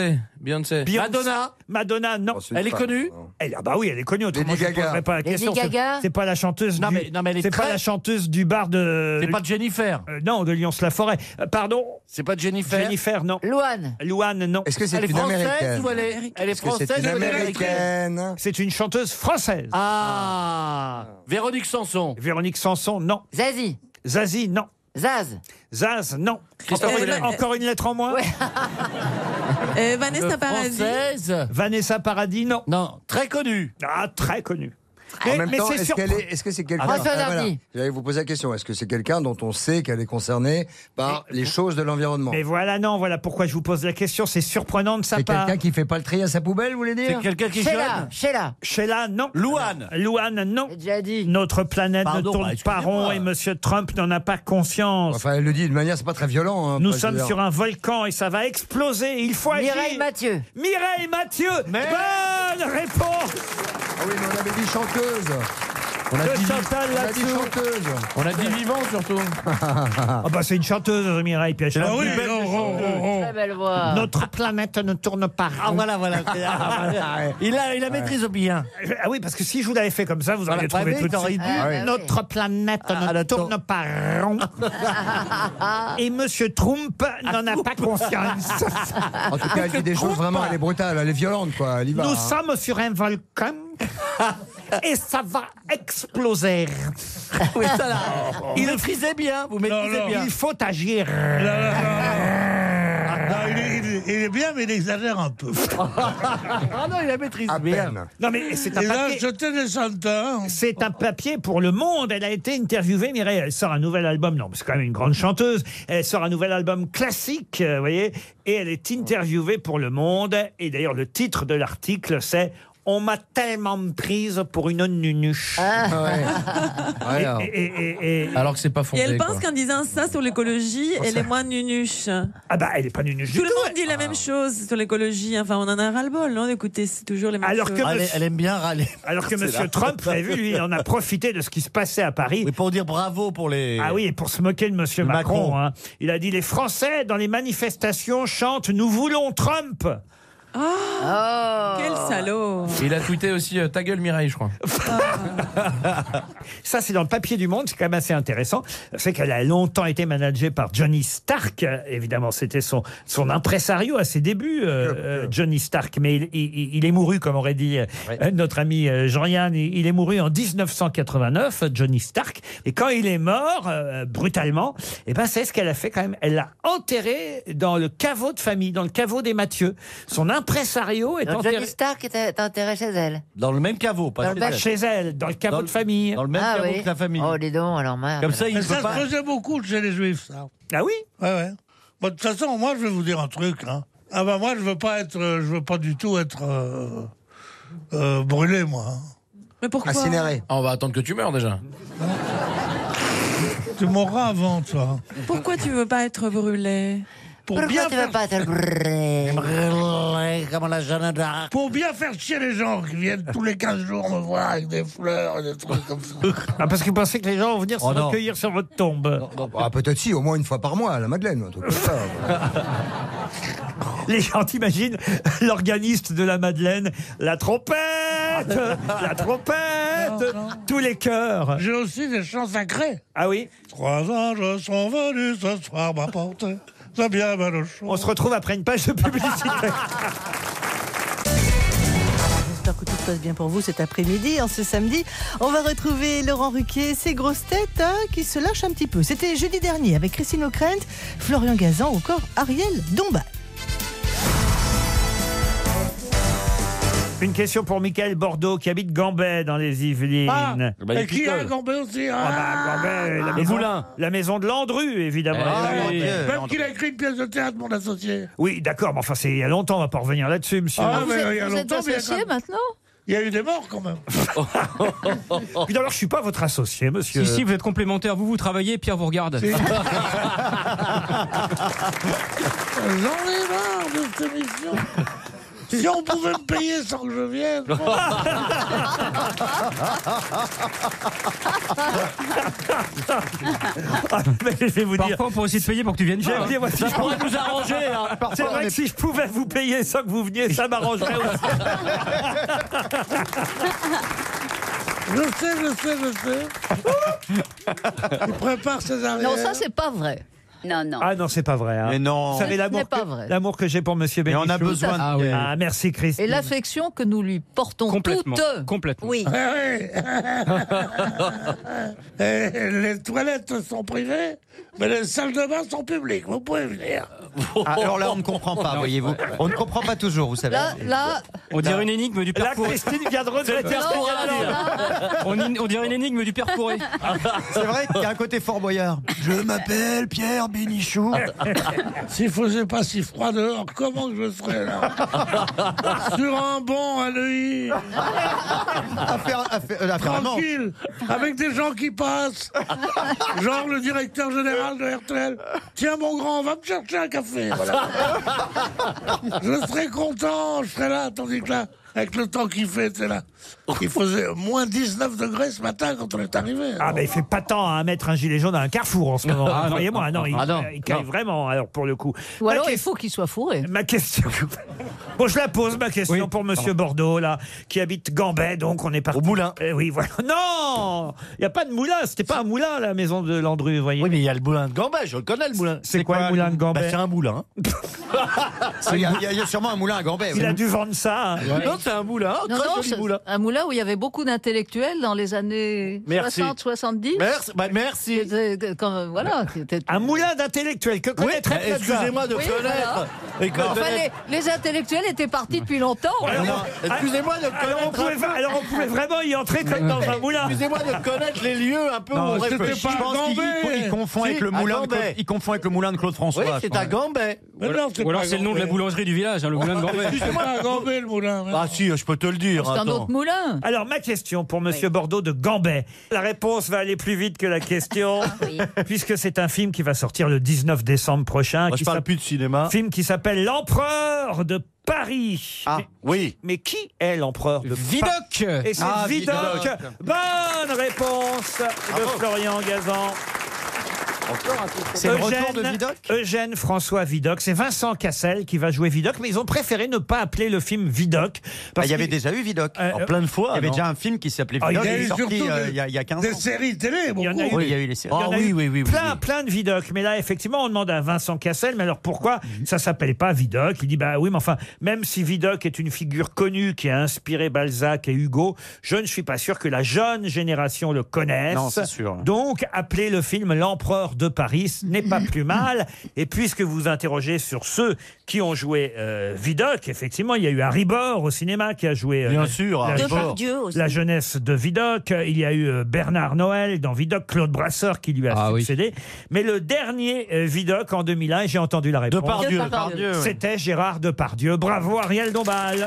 Beyoncé. Madonna, non. Elle est connue Bah oui, elle est connue. Autrement, Lady je ne Gaga. poserais pas la Lady question. Gaga C'est pas la chanteuse Non, du... mais elle est c'est pas très- la chanteuse du bar de... C'est pas Jennifer. Non, de Lyons-la-Forêt. Pardon. C'est pas Jennifer. Jennifer, non. Louane. Louane, non. Est-ce que c'est Elle est une française américaine ou elle est Est-ce que c'est française une ou elle est américaine C'est une chanteuse française. Ah, Véronique Sanson. Véronique Sanson, non. Zazie. Zazie, non. Zaz. Zaz, non. Christophe Willem. Encore une lettre en moins. Vanessa Paradis. Française. Vanessa Paradis, non. Non, très connue. Ah, très connue. En même temps, c'est est-ce que c'est quelqu'un... François voilà. Hardy. J'allais vous poser la question. Est-ce que c'est quelqu'un dont on sait qu'elle est concernée par les choses de l'environnement? Mais voilà, non, voilà pourquoi je vous pose la question. C'est surprenant de sa C'est part. quelqu'un qui fait pas le tri à sa poubelle, vous voulez dire? C'est quelqu'un qui Sheila. Sheila. Sheila, non. Louane. Louane, non. J'ai déjà dit. Notre planète Pardon, ne tourne bah, pas rond et Monsieur Trump n'en a pas conscience. Enfin, elle le dit de manière, c'est pas très violent. Hein, Nous pas, je veux sommes dire. sur un volcan et ça va exploser. Il faut agir. Mireille Mathieu. Mireille Mathieu. Bonne réponse Ah oui, mais on avait dit chanteuse. On a de dit, Chantal On a dit là-dessous. chanteuse. on a dit vivant surtout. Ah bah c'est une chanteuse, Mireille. Puis elle chante Ah oui, plus belle que chanteuse. Très belle voix. Notre planète ne tourne pas rond. Ah voilà. Il a maîtrise bien. Ah oui, parce que si je vous l'avais fait comme ça, vous auriez Voilà, trouvé bah, tout de t'aurais suite. dit. Ah, oui. Notre planète ne attends. tourne pas rond. Et Monsieur Trump n'en a pas conscience. En tout cas, elle dit des choses vraiment, elle est brutale, elle est violente, quoi. Elle y va. Nous hein. sommes sur un volcan et ça va exploser. Oui, ça là. Il maîtrisait bien. Vous maîtrisez non. bien. Il faut agir. Non, il est bien, mais il exagère un peu. Ah non, il a maîtrisé À bien. peine. Non mais c'est un Il a papier. acheté des centaines. C'est un papier pour Le Monde. Elle a été interviewée. Mireille, elle sort un nouvel album. Non, mais c'est quand même une grande chanteuse. Elle sort un nouvel album classique, vous voyez. Et elle est interviewée pour Le Monde. Et d'ailleurs, le titre de l'article, c'est « On m'a tellement prise pour une nunuche ». Ouais, alors. Alors que c'est pas Et fondé. elle pense quoi. qu'en disant ça sur l'écologie, elle est moins nunuche. Ah bah, elle est pas nunuche du Tout tout. le monde dit la même chose sur l'écologie. Enfin, on en a ras-le-bol, non? D'écouter, c'est toujours les mêmes Alors choses. que Ah, monsieur- elle aime bien râler. Alors que C'est Monsieur là. Trump, vous avez vu, lui, il en a profité de ce qui se passait à Paris. Oui, pour dire bravo pour les. Ah oui, et pour se moquer de Monsieur De Macron, Macron. hein. Il a dit les Français dans les manifestations chantent "Nous voulons Trump". Ah, quel salaud! Il a tweeté aussi ta gueule Mireille, je crois. Ça, c'est dans le papier du Monde, c'est quand même assez intéressant. C'est qu'elle a longtemps été managée par Johnny Stark. Évidemment, c'était son impresario à ses débuts, Johnny Stark. Mais il est mouru, comme aurait dit notre ami Jean-Yann, il est mouru en 1989, Johnny Stark. Et quand il est mort, brutalement, eh ben, c'est ce qu'elle a fait quand même. Elle l'a enterré dans le caveau de famille, dans le caveau des Mathieu. Son impresario est Donc enterré... Johnny Stark est enterré chez elle. Dans le même caveau, pas Pas chez elle, dans le caveau de famille. Dans le même Ah caveau oui. que la famille. Oh, dis donc, alors merde. Comme ça, il Mais ne ça peut se pas. faisait beaucoup chez les Juifs, ça. Ah oui? Ouais. Bon, de toute façon, moi, je vais vous dire un truc. Hein. Ah bah moi, je veux pas du tout être brûlé, moi. hein. Mais pourquoi? Incinéré. Ah, on va attendre que tu meurs déjà. Tu mourras avant, toi. Pourquoi tu veux pas être brûlé? Pourquoi tu veux pas être brûlé? Comme la Jeanne d'Arc. Pour bien faire chier les gens qui viennent tous les 15 jours me voir avec des fleurs et des trucs comme ça. Ah, parce que vous pensez que les gens vont venir se Oh non. recueillir sur votre tombe. Ah, peut-être si, au moins une fois par mois à la Madeleine. Un truc comme ça. Les gens t'imaginent l'organiste de la Madeleine, la trompette, la trompette, tous les chœurs. J'ai aussi des chants sacrés. Ah oui? 3 anges sont venus ce soir m'apporter de bien belles choses. On se retrouve après une page de publicité. J'espère que tout se passe bien pour vous cet après-midi. En ce samedi, on va retrouver Laurent Ruquier, ses grosses têtes qui se lâchent un petit peu. C'était jeudi dernier avec Christine O'Krent, Florian Gazan ou encore Ariel Dombal. Une question pour Michael Bordeaux qui habite Gambais dans les Yvelines. Ah, Bah, il et qui a picole. Gambé aussi Ah bah, Gambais, la maison de Landru, évidemment. oui. Même qu'il a écrit une pièce de théâtre, mon associé. Oui, d'accord, mais enfin, c'est il y a longtemps, on va pas revenir là-dessus, monsieur. Ah, mais il y a Vous êtes longtemps, mais associé maintenant? il y a eu des morts quand même. Puis d'abord, je suis pas votre associé, monsieur. Si, vous êtes complémentaires. Vous travaillez, Pierre vous regarde. J'en ai marre de cette émission. Si on pouvait me payer sans que je vienne. Mais je vais vous dire. Parfois, on pourrait essayer de payer pour que tu viennes Je vais pas. vous dire, moi, Ça si je pourrait pouvais- nous arranger. hein. C'est vrai que si je pouvais vous payer sans que vous veniez, ça m'arrangerait aussi. Je sais. Il prépare ses arrières. Non, ça, c'est pas vrai. Non, non. Ah non, c'est pas vrai. hein. Mais non. Vous savez Ce l'amour n'est pas que, vrai. l'amour que j'ai pour Monsieur Mais Bénichou. on a besoin de Ah oui. Ah, merci Christine. Et l'affection que nous lui portons Complètement. toutes. Complètement. Oui. Les toilettes sont privées, mais les salles de bain sont publiques. Vous pouvez venir. Ah, alors là, on ne comprend pas, voyez-vous. On ne comprend pas toujours, vous savez. Là, On dirait une énigme du père Là, Fourré. Christine vient de regretter. On dirait une énigme du père Fourré. C'est vrai qu'il y a un côté Fort Boyard. Je m'appelle Pierre Bénichou. S'il faisait pas si froid dehors, comment que je serais là? Sur un banc à l'œil, tranquille, avec des gens qui passent. Genre le directeur général de RTL. Tiens mon grand, va me chercher un café. Voilà. Je serais content, je serais là, tandis que là, avec le temps qu'il fait, c'est là. Il faisait moins 19 degrés ce matin quand on est arrivé. Ah, mais il fait pas tant à mettre un gilet jaune à un carrefour en ce moment. Ah, non. Croyez-moi, non, il, Ah, non. il caille Non. vraiment, alors pour le coup. ou alors il faut qu'il soit fourré. Ma question. Bon, je la pose, ma question, pour Monsieur Bordeaux, là, qui habite Gambet, donc on est parti. Au moulin. Oui, voilà. Non, il n'y a pas de moulin. C'était pas un moulin, la maison de Landru, vous voyez. Oui, mais il y a le moulin de Gambet, je le connais le moulin. C'est quoi le moulin de Gambet? Bah, c'est un moulin. Il y a sûrement un moulin à Gambet. Il a dû vendre ça. hein. Non, c'est un moulin, Non, très non, joli c'est moulin. un moulin où il y avait beaucoup d'intellectuels dans les années Merci. 60-70. Merci. Bah, merci. Voilà. Un moulin d'intellectuels que Oui, connaîtrait bah, excusez-moi de Oui, connaître. Et que Enfin, connaître- les intellectuels étaient partis depuis longtemps. Alors, Non, excusez-moi de alors, on connaître. pouvait, alors on pouvait vraiment y entrer comme dans un moulin. Excusez-moi de connaître les lieux un peu où on c'était réfléchit. pas Je pense qu'il- Gambet. Il confond Si, avec le à moulin de Claude, Gambet. il confond avec le moulin de Claude François. Oui, je c'est crois. à Gambet. Mais non, Ou alors c'est le nom de la boulangerie du village, hein, le moulin de Gambet. Excusez-moi, à Gambet le moulin. Ah si, je peux te le dire. C'est un attends. autre moulin. Alors, ma question pour Monsieur Bordeaux de Gambet. La réponse va aller plus vite que la question, puisque c'est un film qui va sortir le 19 décembre prochain. Moi, je parle plus de cinéma. Film qui s'appelle L'Empereur de Paris. Ah, oui. Mais qui est l'empereur de Paris? Vidocq. Et c'est Ah, Vidocq. Vidocq. Bonne réponse de Florian Gazan. C'est le retour de Vidocq. Eugène François Vidocq. C'est Vincent Cassel qui va jouer Vidocq, mais ils ont préféré ne pas appeler le film Vidocq. Il y avait déjà eu Vidocq. En plein de fois. Il y avait non déjà un film qui s'appelait Ah, Vidocq. il y a Il est eu sorti surtout il y a 15 Des ans. séries télé, Il y en a beaucoup. eu- Oui, il y a eu les séries. Il y en a Ah eu oui. plein de Vidocq. Mais là, effectivement, on demande à Vincent Cassel, mais alors pourquoi ça s'appelait pas Vidocq? Il dit, bah oui, mais enfin, même si Vidocq est une figure connue qui a inspiré Balzac et Hugo, je ne suis pas sûr que la jeune génération le connaisse. Non, c'est sûr. Donc, appeler le film L'Empereur de Paris n'est pas plus mal. Et puisque vous interrogez sur ceux qui ont joué Vidocq, effectivement, il y a eu Harry Bor au cinéma qui a joué Bien sûr, Harry Bor. Depardieu aussi. la jeunesse de Vidocq. Il y a eu Bernard Noël dans Vidocq, Claude Brasseur qui lui a succédé. Mais le dernier Vidocq en 2001, et j'ai entendu la réponse, Depardieu. c'était Gérard Depardieu. Bravo Ariel Dombal.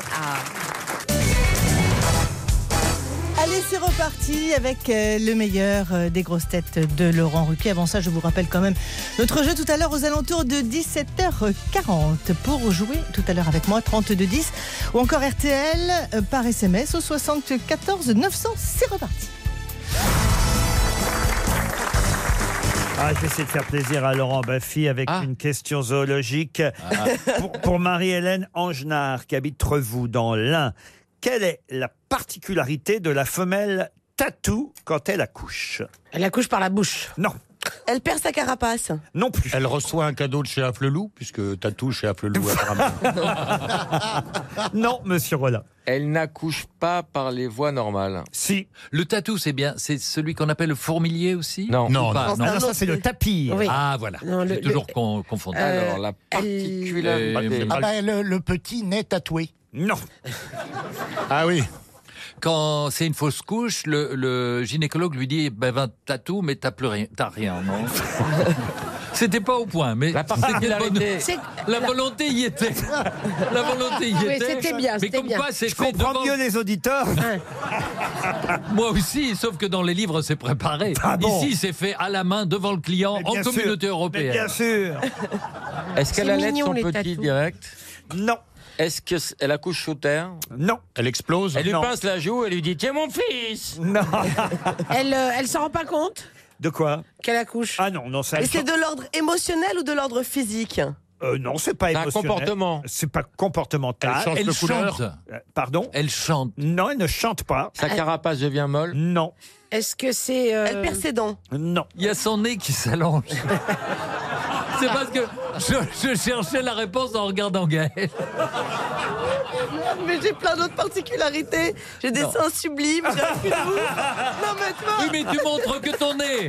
Allez, c'est reparti avec le meilleur des grosses têtes de Laurent Ruquier. Avant ça, je vous rappelle quand même notre jeu tout à l'heure aux alentours de 17h40. Pour jouer tout à l'heure avec moi, 3210 ou encore RTL par SMS au 74 900. C'est reparti. Ah, je vais essayer de faire plaisir à Laurent Baffy avec une question zoologique. Pour Marie-Hélène Angenard, qui habite Trevoux, dans l'Ain. Quelle est la particularité de la femelle tatou quand elle accouche? Elle accouche par la bouche. Non. Elle perd sa carapace. Non plus. Elle reçoit un cadeau de chez Afflelou, puisque tatou chez Afflelou apparemment. Non, monsieur Rollin. Elle n'accouche pas par les voies normales. Si. Le tatou, c'est bien. C'est celui qu'on appelle le fourmilier aussi? Non. Ou pas Non, ça c'est le tapis. Oui. Ah, voilà. Non, J'ai toujours confondu. Alors, la particularité... Ah bah, le petit nez tatoué. Non. Ah oui. Quand c'est une fausse couche, le gynécologue lui dit ben tatou, mais t'as plus rien, t'as rien, non? C'était pas au point, mais La particularité... la volonté y était. La volonté y Oui, était. c'était bien, Mais c'était comme bien. quoi, c'est Je fait comprends devant... mieux les auditeurs. Moi aussi, sauf que dans les livres, c'est préparé. Ah bon? Ici, c'est fait à la main devant le client Mais en bien communauté sûr. européenne. Mais bien sûr. Est-ce qu'elle C'est allait mignon, son les petit tatous. direct? Non. Est-ce qu'elle accouche sous terre? Non. Elle explose? Elle lui Non. pince la joue, elle lui dit tiens mon fils. Non. Elle s'en rend pas compte De quoi? qu'elle accouche. Ah non, ça. Et c'est de l'ordre émotionnel ou de l'ordre physique? Non, c'est pas C'est un émotionnel. comportement. C'est pas comportemental. Elle change de couleur? Pardon? Elle chante. Non, elle ne chante pas. Sa carapace devient molle? Non. Est-ce que c'est... Elle perd ses dents? Non. Il y a son nez qui s'allonge. C'est parce que je cherchais la réponse en regardant Gaël. Mais j'ai plein d'autres particularités. J'ai des seins sublimes, j'ai un cul de ouf. Non, mais Oui, mais tu montres que ton nez.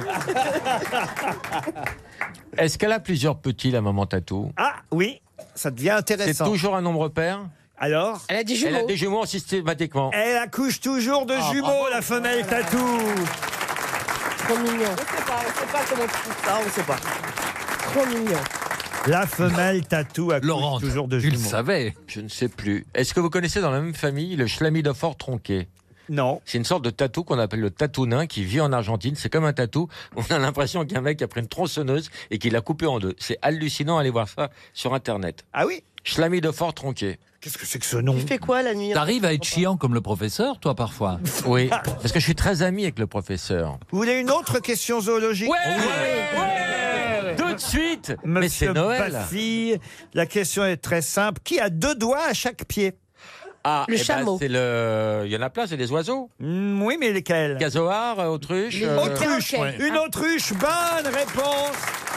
Est-ce qu'elle a plusieurs petits, la maman Tatou? Ah oui, ça devient C'est intéressant. toujours un nombre pair? Alors? Elle a des Elle jumeaux. a des jumeaux systématiquement. Elle accouche toujours de jumeaux, la femelle Tatou. Trop mignon. On sait pas comment tu fais ça, on sait pas. Trop mignon. La femelle Tatou accouche Laurent, toujours de tu le jumeaux. savais. Je ne sais plus. Est-ce que vous connaissez dans la même famille le chlamydophore tronqué? Non. C'est une sorte de tatou qu'on appelle le tatou nain qui vit en Argentine. C'est comme un tatou. On a l'impression qu'un mec a pris une tronçonneuse et qu'il l'a coupé en deux. C'est hallucinant, allez voir ça sur Internet. Ah oui? Chlamydophore tronqué. Qu'est-ce que c'est que ce nom? Tu fais quoi la nuit? T'arrives à être chiant comme le professeur, toi, parfois. Oui, parce que je suis très ami avec le professeur. Vous voulez une autre question zoologique? Tout de suite. Mais Monsieur c'est Noël. Baffy, la question est très simple. Qui a 2 doigts à chaque pied? Ah, Le chameau. c'est le. Il y en a plein, c'est des oiseaux. Oui, mais lesquels? Casoar, autruche. Autruche. perroquets. Une autruche. Bonne réponse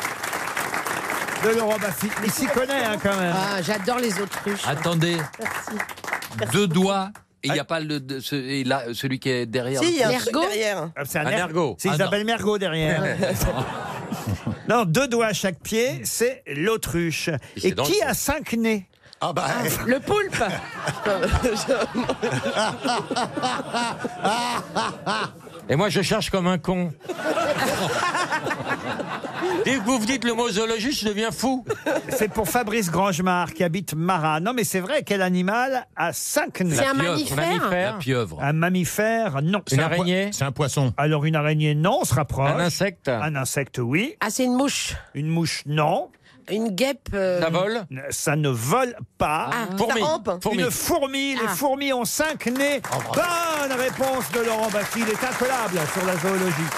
de Laurent Baffy. Il s'y connaît hein, quand même. Ah, j'adore les autruches. Attendez, Merci. 2 doigts. Et il n'y a pas celui qui est derrière. Si, il y a un le- truc derrière. Ah, c'est Un ergot. C'est Ah, Isabelle Mergo derrière. Non, 2 doigts à chaque pied, c'est l'autruche. Et c'est Et qui dangereux. a 5 nez? Ah bah. Le poulpe. Et moi, je cherche comme un con. Dès que vous dites le mot zoologiste, je deviens fou. C'est pour Fabrice Grangemar qui habite Marat. Non, mais c'est vrai, quel animal a 5 nez? C'est un pieuvre. mammifère. La pieuvre. Un mammifère, non. Une araignée. C'est un poisson. Alors une araignée, non, on se rapproche. Un insecte. Un insecte, oui. Ah, c'est une mouche. Une mouche, non. Une guêpe. Ça vole. Ça ne vole pas. Ah, Fourmi. ça rampe. Fourmi. Une fourmi. Les Ah. fourmis ont 5 nez. Bonne réponse de Laurent Baffy. Il est incollable sur la zoologie.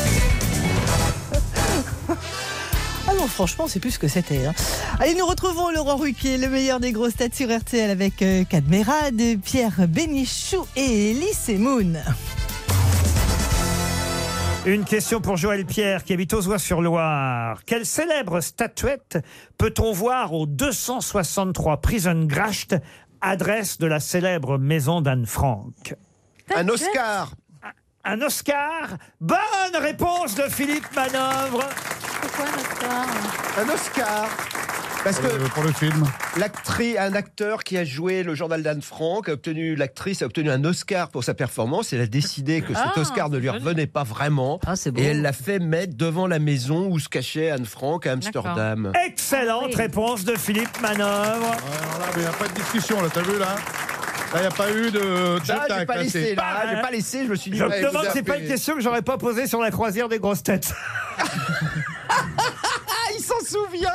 Ah non, franchement, c'est plus ce que c'était. Hein. Allez, nous retrouvons Laurent Ruquier, le meilleur des grosses têtes sur RTL avec Cadmerade, Pierre Bénichou et Elise Moon. Une question pour Joël Pierre qui habite Auzois-sur-Loire. Quelle célèbre statuette peut-on voir au 263 Prison-Gracht, adresse de la célèbre maison d'Anne Frank? Un Oscar. Un Oscar? Bonne réponse de Philippe Manœuvre. Pourquoi un Un Oscar. Parce que Pour le film. un acteur qui a joué le journal d'Anne Frank, l'actrice a obtenu un Oscar pour sa performance. Elle a décidé que cet Oscar ne lui revenait pas vraiment. Ah, c'est beau. Et elle l'a fait mettre devant la maison où se cachait Anne Frank à Amsterdam. Excellente réponse de Philippe Manœuvre. Alors là, mais il n'y a pas de discussion, là, t'as vu, là? Là, il n'y a pas eu de. J'ai tac, pas là, laissé, c'est- là, j'ai pas laissé, je me suis dit... Je ouais, me demande vous si c'est pas avez- une question que j'aurais pas posée sur la croisière des grosses têtes. Ah, il s'en souvient.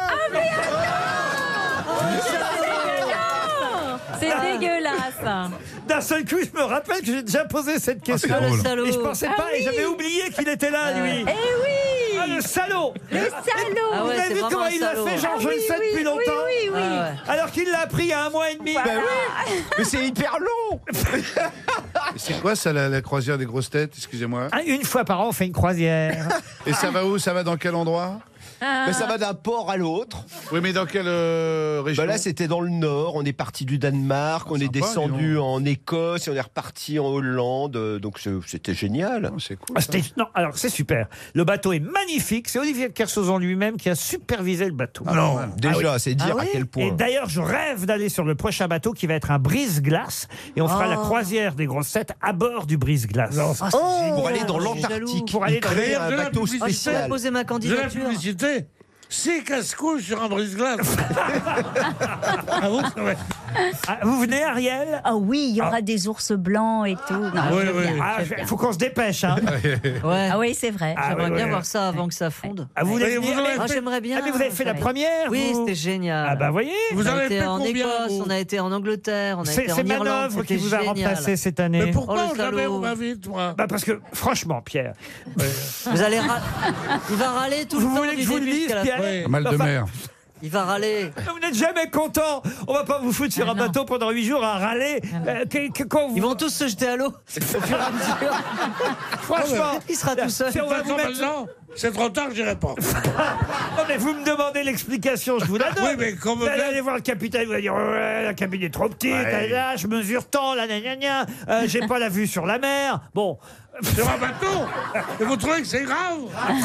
C'est dégueulasse. D'un seul coup, je me rappelle que j'ai déjà posé cette question. Ah, le salaud. Et je pensais Ah pas, et oui. j'avais oublié qu'il était là, lui. Eh oui. Ah, le salaud. Le salaud. Vous avez vu comment il l'a fait, Jean, je le sais depuis longtemps. Oui, oui, oui. Ah ouais. Alors qu'il l'a appris il y a 1 mois et demi. Bah oui. Mais c'est hyper long. C'est quoi ça, la croisière des grosses têtes? Excusez-moi. Ah, une fois par an, on fait une croisière. Et ça va où? Ça va dans quel endroit? Mais ça va d'un port à l'autre. Oui, mais dans quelle région? Bah là, c'était dans le nord. On est parti du Danemark, on est sympa, descendu dis donc. en Écosse et on est reparti en Hollande. Donc c'était génial. C'est cool. Ah, non, alors c'est super. Le bateau est magnifique. C'est Olivier de Kersauzon lui-même qui a supervisé le bateau. Alors, déjà, c'est dire Ah à oui. quel point. Et d'ailleurs, je rêve d'aller sur le prochain bateau qui va être un brise-glace. Et on fera la croisière des grosses têtes à bord du brise-glace. Pour aller dans l'Antarctique. Pour aller dans créer un de la bateau publicité. spécial. Poser ma De la candidature. publicité. C'est casse-couche sur un brise-glace. Ah bon? Ouais. Ah, vous venez, Ariel? Ah oui, il y aura des ours blancs et tout. Non, je veux bien, je veux bien. Il faut qu'on se dépêche. Hein. Ouais. Ah oui, c'est vrai. J'aimerais bien voir ça avant que ça fonde. Ah, vous voulez venir? J'aimerais bien. Ah, mais vous avez fait la première? Oui, vous c'était génial. Ah bah voyez. On a été en Écosse, on a été en Angleterre, on a été en C'est Irlande. Manœuvre qui c'était vous a génial. remplacé cette année. Mais pourquoi Oh, le jamais salaud. on m'invite, moi? Bah parce que, franchement, Pierre... Vous allez il va râler tout le temps. Vous voulez que je vous le dise, Pierre? Mal de mer. Il va râler. Vous n'êtes jamais content. On va pas vous foutre sur un bateau pendant 8 jours à râler. Ils vont tous se jeter à l'eau. Au fur et à mesure. Franchement, il sera tout seul. Si on va vous mettre... Maintenant, c'est trop tard, j'irai pas. Non mais vous me demandez l'explication, je vous la donne. Oui, mais comme vous allez aller voir le capitaine, vous allez dire ouais, la cabine est trop petite, là, je mesure tant, là, gna, gna, gna, j'ai pas la vue sur la mer. Bon. Sur un bateau. Et vous trouvez que c'est grave?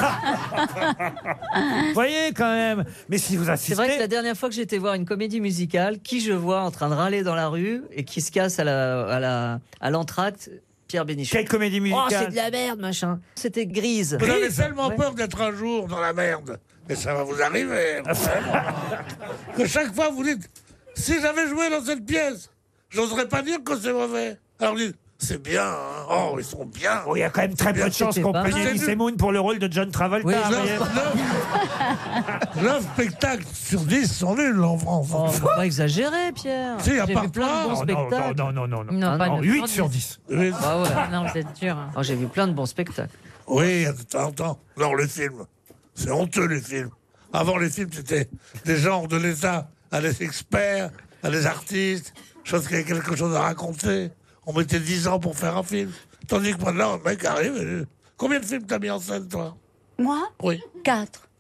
Vous voyez quand même. Mais si vous assistez... C'est vrai que la dernière fois que j'étais voir une comédie musicale, qui je vois en train de râler dans la rue et qui se casse à l'entracte, Pierre Bénichou. Quelle comédie musicale? Oh, c'est de la merde, machin. C'était Grise. Vous avez tellement peur d'être un jour dans la merde. Mais ça va vous arriver. Que chaque fois, vous dites, si j'avais joué dans cette pièce, j'oserais pas dire que c'est mauvais. Alors vous dites, c'est bien, hein. Oh, ils sont bien. Oh, il y a quand même très peu de chances qu'on prenne Elie Moon pour le rôle de John Travolta. Oui, 9 spectacles sur 10 sont nuls en France. Oh, faut pas exagérer, Pierre. Si, à J'ai part vu plein de bons toi. spectacles. Non, 8 sur 10. Oui. Ah ouais. Non, vous êtes dur. Oh, j'ai vu plein de bons spectacles. Oui, de temps en temps. Non, les films, c'est honteux, les films. Avant, les films, c'était des genres de l'État à des experts, à des artistes, chose qui avait quelque chose à raconter. On mettait 10 ans pour faire un film. Tandis que maintenant, un mec arrive et... Combien de films t'as mis en scène, toi? Moi? Oui. 4.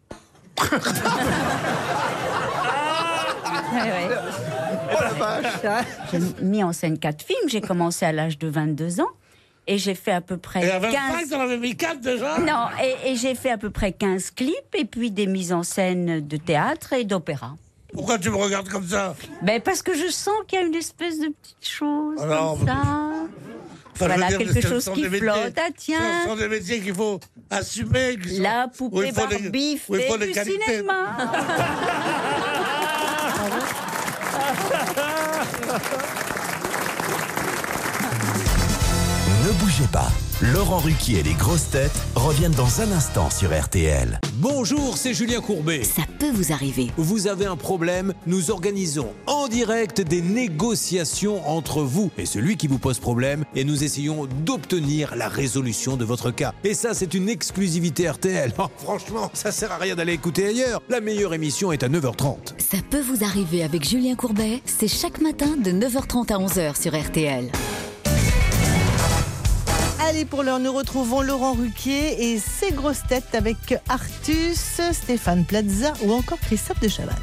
J'ai mis en scène 4 films. J'ai commencé à l'âge de 22 ans. Et j'ai fait à peu près Et à 25, 15... t'en avais mis 4 déjà? Non, et j'ai fait à peu près 15 clips et puis des mises en scène de théâtre et d'opéra. Pourquoi tu me regardes comme ça? Ben parce que je sens qu'il y a une espèce de petite chose comme ça. Enfin, Voilà, je veux dire, quelque ce chose sont qui des métiers- flotte. Ah tiens, Ce sont des métiers qu'il faut assumer. Qui sont, la où poupée il faut des- Barbie où il faut fait des du qualités. cinéma. Ne bougez pas. Laurent Ruquier et les grosses têtes reviennent dans un instant sur RTL. Bonjour, c'est Julien Courbet. Ça peut vous arriver. Vous avez un problème, nous organisons en direct des négociations entre vous et celui qui vous pose problème et nous essayons d'obtenir la résolution de votre cas. Et ça, c'est une exclusivité RTL. Oh, franchement, ça sert à rien d'aller écouter ailleurs. La meilleure émission est à 9h30. Ça peut vous arriver avec Julien Courbet. C'est chaque matin de 9h30 à 11h sur RTL. Allez, pour l'heure, nous retrouvons Laurent Ruquier et ses grosses têtes avec Artus, Stéphane Plaza ou encore Christophe de Chavannes.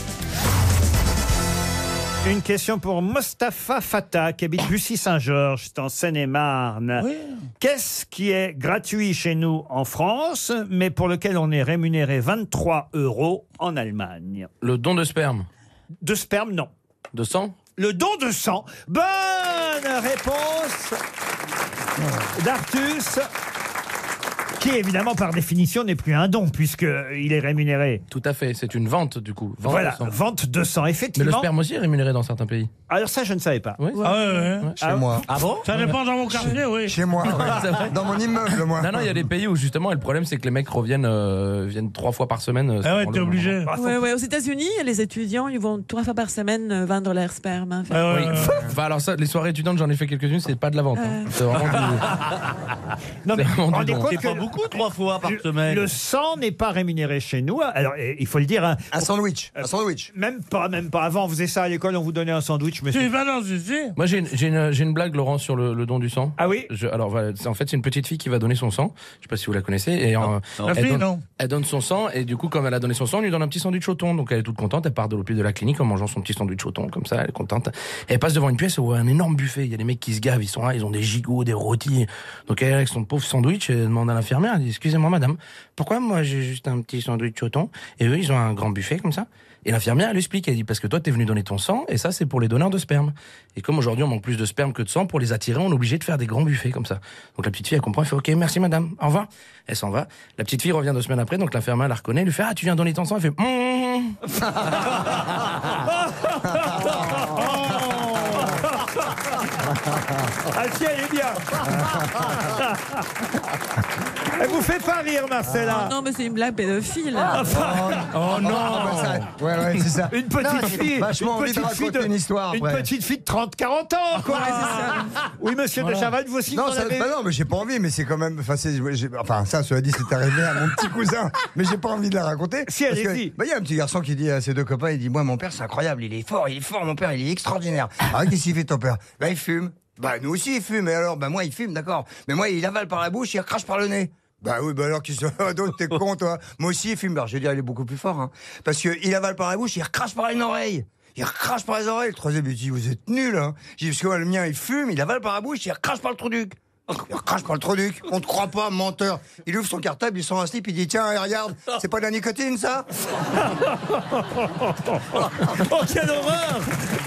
Une question pour Mostafa Fata, qui habite Bussy-Saint-Georges, c'est en Seine-et-Marne. Oui. Qu'est-ce qui est gratuit chez nous en France, mais pour lequel on est rémunéré 23 € en Allemagne? Le don de sperme. De sperme, non. De sang? Le don de sang. Bonne réponse d'Artus, qui évidemment par définition n'est plus un don puisqu'il est rémunéré. Tout à fait, c'est une vente du coup. Vente Voilà, de sang. vente de sang, Mais effectivement. le sperme aussi est rémunéré dans certains pays. Alors ça, je ne savais pas. Oui. Ah ouais. Chez moi. Ah bon? Ça dépend dans mon quartier, oui. Chez moi, C'est vrai. dans mon immeuble, moi. Non, il y a des pays où justement, et le problème c'est que les mecs viennent 3 fois par semaine. Ah ouais, t'es obligé. Ouais, aux États-Unis, les étudiants, ils vont 3 fois par semaine vendre leur sperme. Hein. Ah ouais, Oui. ouais. Enfin, alors ça, les soirées étudiantes, j'en ai fait quelques-unes, c'est pas de la vente. hein. C'est vraiment Non, mais C'est vous vraiment vous du rendez don. compte C'est que pas beaucoup, 3 fois par le semaine. sang n'est pas rémunéré chez nous. Alors, il faut le dire. Hein, Un sandwich. Un sandwich. même pas. Avant, on faisait ça à l'école, on vous donnait un sandwich. Mais Tu vas dans ici. Moi, j'ai une blague, Laurent, sur le don du sang. Ah oui. Alors, voilà, en fait, c'est une petite fille qui va donner son sang. Je sais pas si vous la connaissez. Et La fille, non. elle donne son sang et du coup, comme elle a donné son sang, on lui donne un petit sandwich au thon. Donc, elle est toute contente. Elle part de la clinique en mangeant son petit sandwich au thon. Comme ça, elle est contente. Et elle passe devant une pièce où il y a un énorme buffet. Il y a des mecs qui se gavent. Ils sont là, ils ont des gigots, des rôtis. Donc, elle, avec son pauvre sandwich, elle demande à l'infirmière. Elle dit, excusez-moi, madame, pourquoi moi j'ai juste un petit sandwich au thon et eux, ils ont un grand buffet comme ça? Et l'infirmière, elle explique, elle dit, parce que toi, t'es venu donner ton sang, et ça, c'est pour les donneurs de sperme. Et comme aujourd'hui, on manque plus de sperme que de sang, pour les attirer, on est obligé de faire des grands buffets comme ça. Donc la petite fille, elle comprend, elle fait, ok, merci madame, au revoir. Elle s'en va. La petite fille revient 2 semaines après, donc l'infirmière la reconnaît, elle lui fait, ah, tu viens donner ton sang? Elle fait, Ah si, elle est bien. Elle vous fait pas rire, Marcella. Non, mais c'est une blague pédophile. Oh non Ouais, c'est ça. Une petite fille. Vachement une envie de petite fille raconter une histoire Une après. petite fille de 30-40 ans, quoi. Ouais, c'est ça. Oui, monsieur de Chavannes, vous aussi, Non, vous en avez... non, mais j'ai pas envie, mais c'est quand même. Enfin, ça, cela dit, c'est arrivé à mon petit cousin, mais j'ai pas envie de la raconter. Si, parce que, allez-y. il y a un petit garçon qui dit à ses deux copains, il dit, moi, mon père, c'est incroyable, il est fort, mon père, il est extraordinaire. Ah, qu'est-ce qu'il fait, ton père? Bah, il fume. Bah, nous aussi, il fume. Et alors, bah, moi, il fume, d'accord. Mais moi, il avale par la bouche, il recrache par le nez. Bah oui, bah alors qu'il se d'autres, t'es con, toi. Moi aussi, il fume. Alors, je vais dire, il est beaucoup plus fort, hein. Parce que il avale par la bouche, il recrache par une oreille. Il recrache par les oreilles. Le troisième, il dit, vous êtes nuls, hein. J'ai dit, parce que moi, le mien, il fume, il avale par la bouche, il recrache par le trou du cul. Il recrache par le trou du cul. On te croit pas, menteur. Il ouvre son cartable, il sort un slip, il dit, tiens, regarde, c'est pas de la nicotine, ça? Oh, quelle horreur!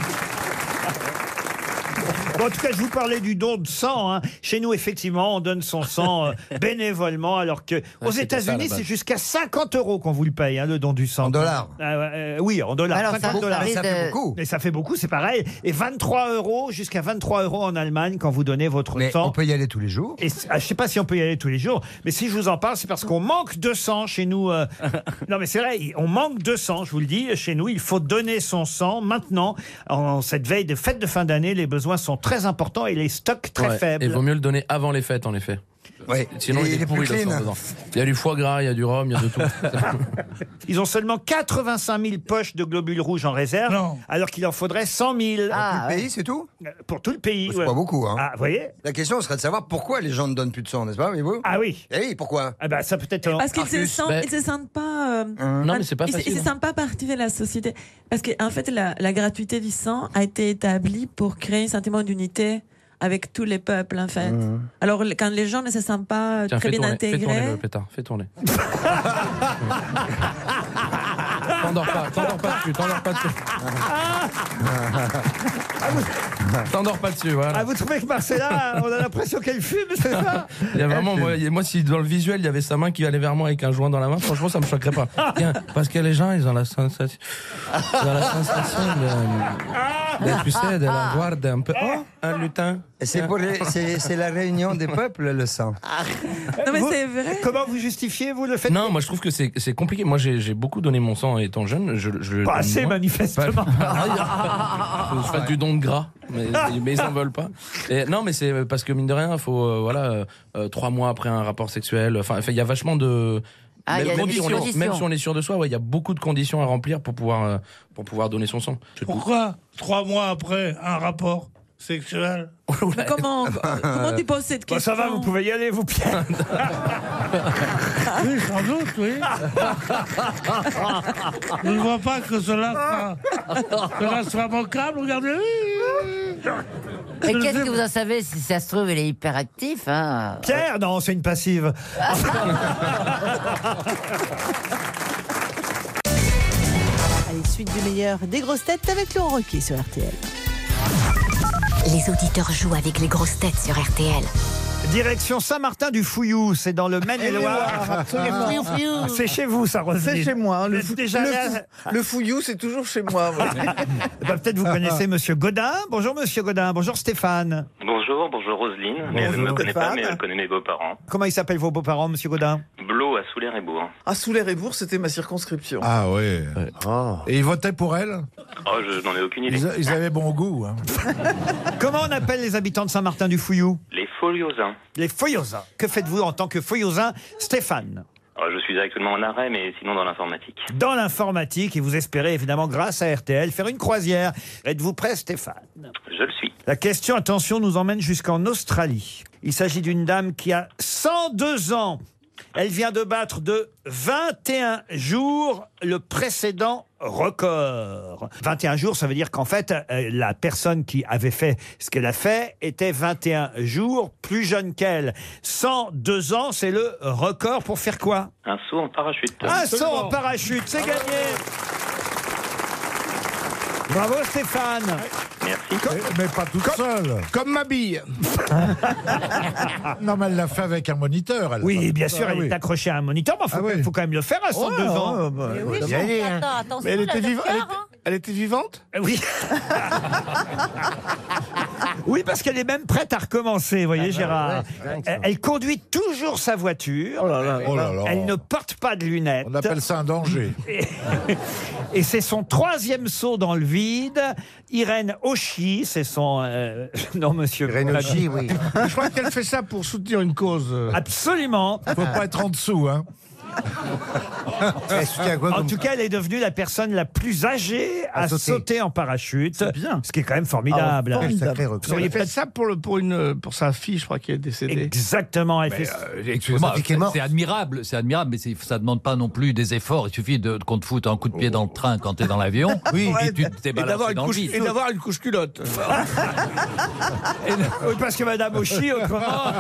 Bon, en tout cas, je vous parlais du don de sang. Hein. Chez nous, effectivement, on donne son sang bénévolement, alors que aux États-Unis, c'est jusqu'à 50 € qu'on vous le paye, hein, le don du sang. En dollars. Oui, en dollars. Alors, 50 $. Ça fait beaucoup. Mais ça fait beaucoup, c'est pareil. Et 23 €, jusqu'à 23 € en Allemagne quand vous donnez votre Mais sang. on peut y aller tous les jours. Et je sais pas si on peut y aller tous les jours, mais si je vous en parle, c'est parce qu'on manque de sang chez nous. Non, mais c'est vrai, on manque de sang, je vous le dis. Chez nous, il faut donner son sang maintenant. En cette veille de fête de fin d'année, les besoins sont très importants et les stocks très faibles. Et il vaut mieux le donner avant les fêtes, en effet. Ouais. Sinon, il est pourri, le sang dedans. Il y a du foie gras, il y a du rhum, il y a de tout. Ils ont seulement 85 000 poches de globules rouges en réserve, alors qu'il en faudrait 100 000. Pour tout le pays, c'est tout? Pour tout le pays. C'est pas beaucoup, hein. Ah, vous voyez? La question serait de savoir pourquoi les gens ne donnent plus de sang, n'est-ce pas, vous? Ah oui. Eh oui, pourquoi? Ah bah, ça peut être... Parce qu'ils se sentent pas... Non, mais c'est pas facile. Ils se sentent pas partie de la société. Parce qu'en fait, la gratuité du sang a été établie pour créer un sentiment d'unité avec tous les peuples, en fait. Alors, quand les gens ne se sentent pas très bien intégrés... Fais tourner le pétard, fais tourner. T'endors pas dessus. T'endors pas dessus, voilà. Ah, vous trouvez que Marcella, on a l'impression qu'elle fume, c'est ça? Il y a vraiment, moi, si dans le visuel, il y avait sa main qui allait vers moi avec un joint dans la main, franchement, ça me choquerait pas. Tiens, parce que les gens, ils ont la sensation de, tu sais, de la voir d'un peu. Oh, un lutin. C'est la réunion des peuples, le sang. Non, mais c'est vrai. Comment vous justifiez, vous, le fait? Non, moi, je trouve que c'est compliqué. Moi, j'ai beaucoup donné mon sang étant jeune. Pas assez, manifestement. Je fais du don de gras, mais ils en veulent pas. Et, non, mais c'est parce que, mine de rien, il faut 3 mois après un rapport sexuel. Enfin, il y a vachement de... même si on est sûr de soi, il y a beaucoup de conditions à remplir pour pouvoir donner son sang. Pourquoi 3 mois après un rapport sexuel? Mais comment tu poses cette question? Ça va, vous pouvez y aller, vous, Pierre. Oui, sans doute, oui. Je ne vois pas que cela soit manquable, regardez. Mais qu'est-ce que vous en savez? Si ça se trouve, il est hyperactif, hein. Pierre, non, c'est une passive. Allez, suite du meilleur des grosses têtes avec Laurent Ruquier sur RTL. Les auditeurs jouent avec les grosses têtes sur RTL. Direction Saint-Martin-du-Fouillou, c'est dans le Maine-et-Loire. C'est chez vous, ça, Roselyne. C'est chez moi. Hein, le Fouillou, c'est toujours chez moi. Peut-être vous connaissez Monsieur Godin. Bonjour Monsieur Godin. Bonjour Stéphane. Bonjour Roselyne. Mais elle ne me connaît pas, mais elle connaît mes beaux-parents. Comment ils s'appellent vos beaux-parents, Monsieur Godin? Blot à Soulaire-et-Bourg. À Soulaire-et-Bourg, c'était ma circonscription. Ah ouais. Et ils votaient pour elle? Oh, je n'en ai aucune idée. Ils avaient bon goût. Hein. Comment on appelle les habitants de Saint-Martin-du-Fouillou? Les Folliosins. Les Folliosins. Que faites-vous en tant que Folliosins, Stéphane? Je suis actuellement en arrêt, mais sinon dans l'informatique. Dans l'informatique, et vous espérez évidemment, grâce à RTL, faire une croisière. Êtes-vous prêt, Stéphane? Je le suis. La question, attention, nous emmène jusqu'en Australie. Il s'agit d'une dame qui a 102 ans. Elle vient de battre de 21 jours le précédent record. 21 jours, ça veut dire qu'en fait, la personne qui avait fait ce qu'elle a fait était 21 jours plus jeune qu'elle. 102 ans, c'est le record pour faire quoi? Un saut en parachute. Un saut en parachute, c'est gagné. Bravo Stéphane. Merci. Mais pas toute seule. Comme ma bille. Non, mais elle l'a fait avec un moniteur. Oui, bien sûr, elle est accrochée à un moniteur, mais il faut quand même le faire à 102 ans. Attention, Mais elle était vivante? Oui. Oui, parce qu'elle est même prête à recommencer, vous voyez, Gérard. Elle conduit toujours sa voiture. Oh là là. Elle ne porte pas de lunettes. On appelle ça un danger. Et c'est son 3e saut dans le vide. Irène Auchy, c'est son... Non, monsieur. Irène Auchy, oui. Je crois qu'elle fait ça pour soutenir une cause. Absolument. Faut pas être en dessous, hein. En tout cas, elle est devenue la personne la plus âgée à sauter en parachute. C'est bien. Ce qui est quand même formidable. Elle a fait ça pour sa fille, je crois, qui est décédée. Exactement. Elle fait... Excusez-moi, c'est admirable, mais ça demande pas non plus des efforts. Il suffit qu'on te foute un coup de pied dans le train quand t'es dans l'avion. Oui, et tu t'es balancé dans le vide. Et d'avoir une couche culotte. Oui, parce que Madame Auchy, autrement...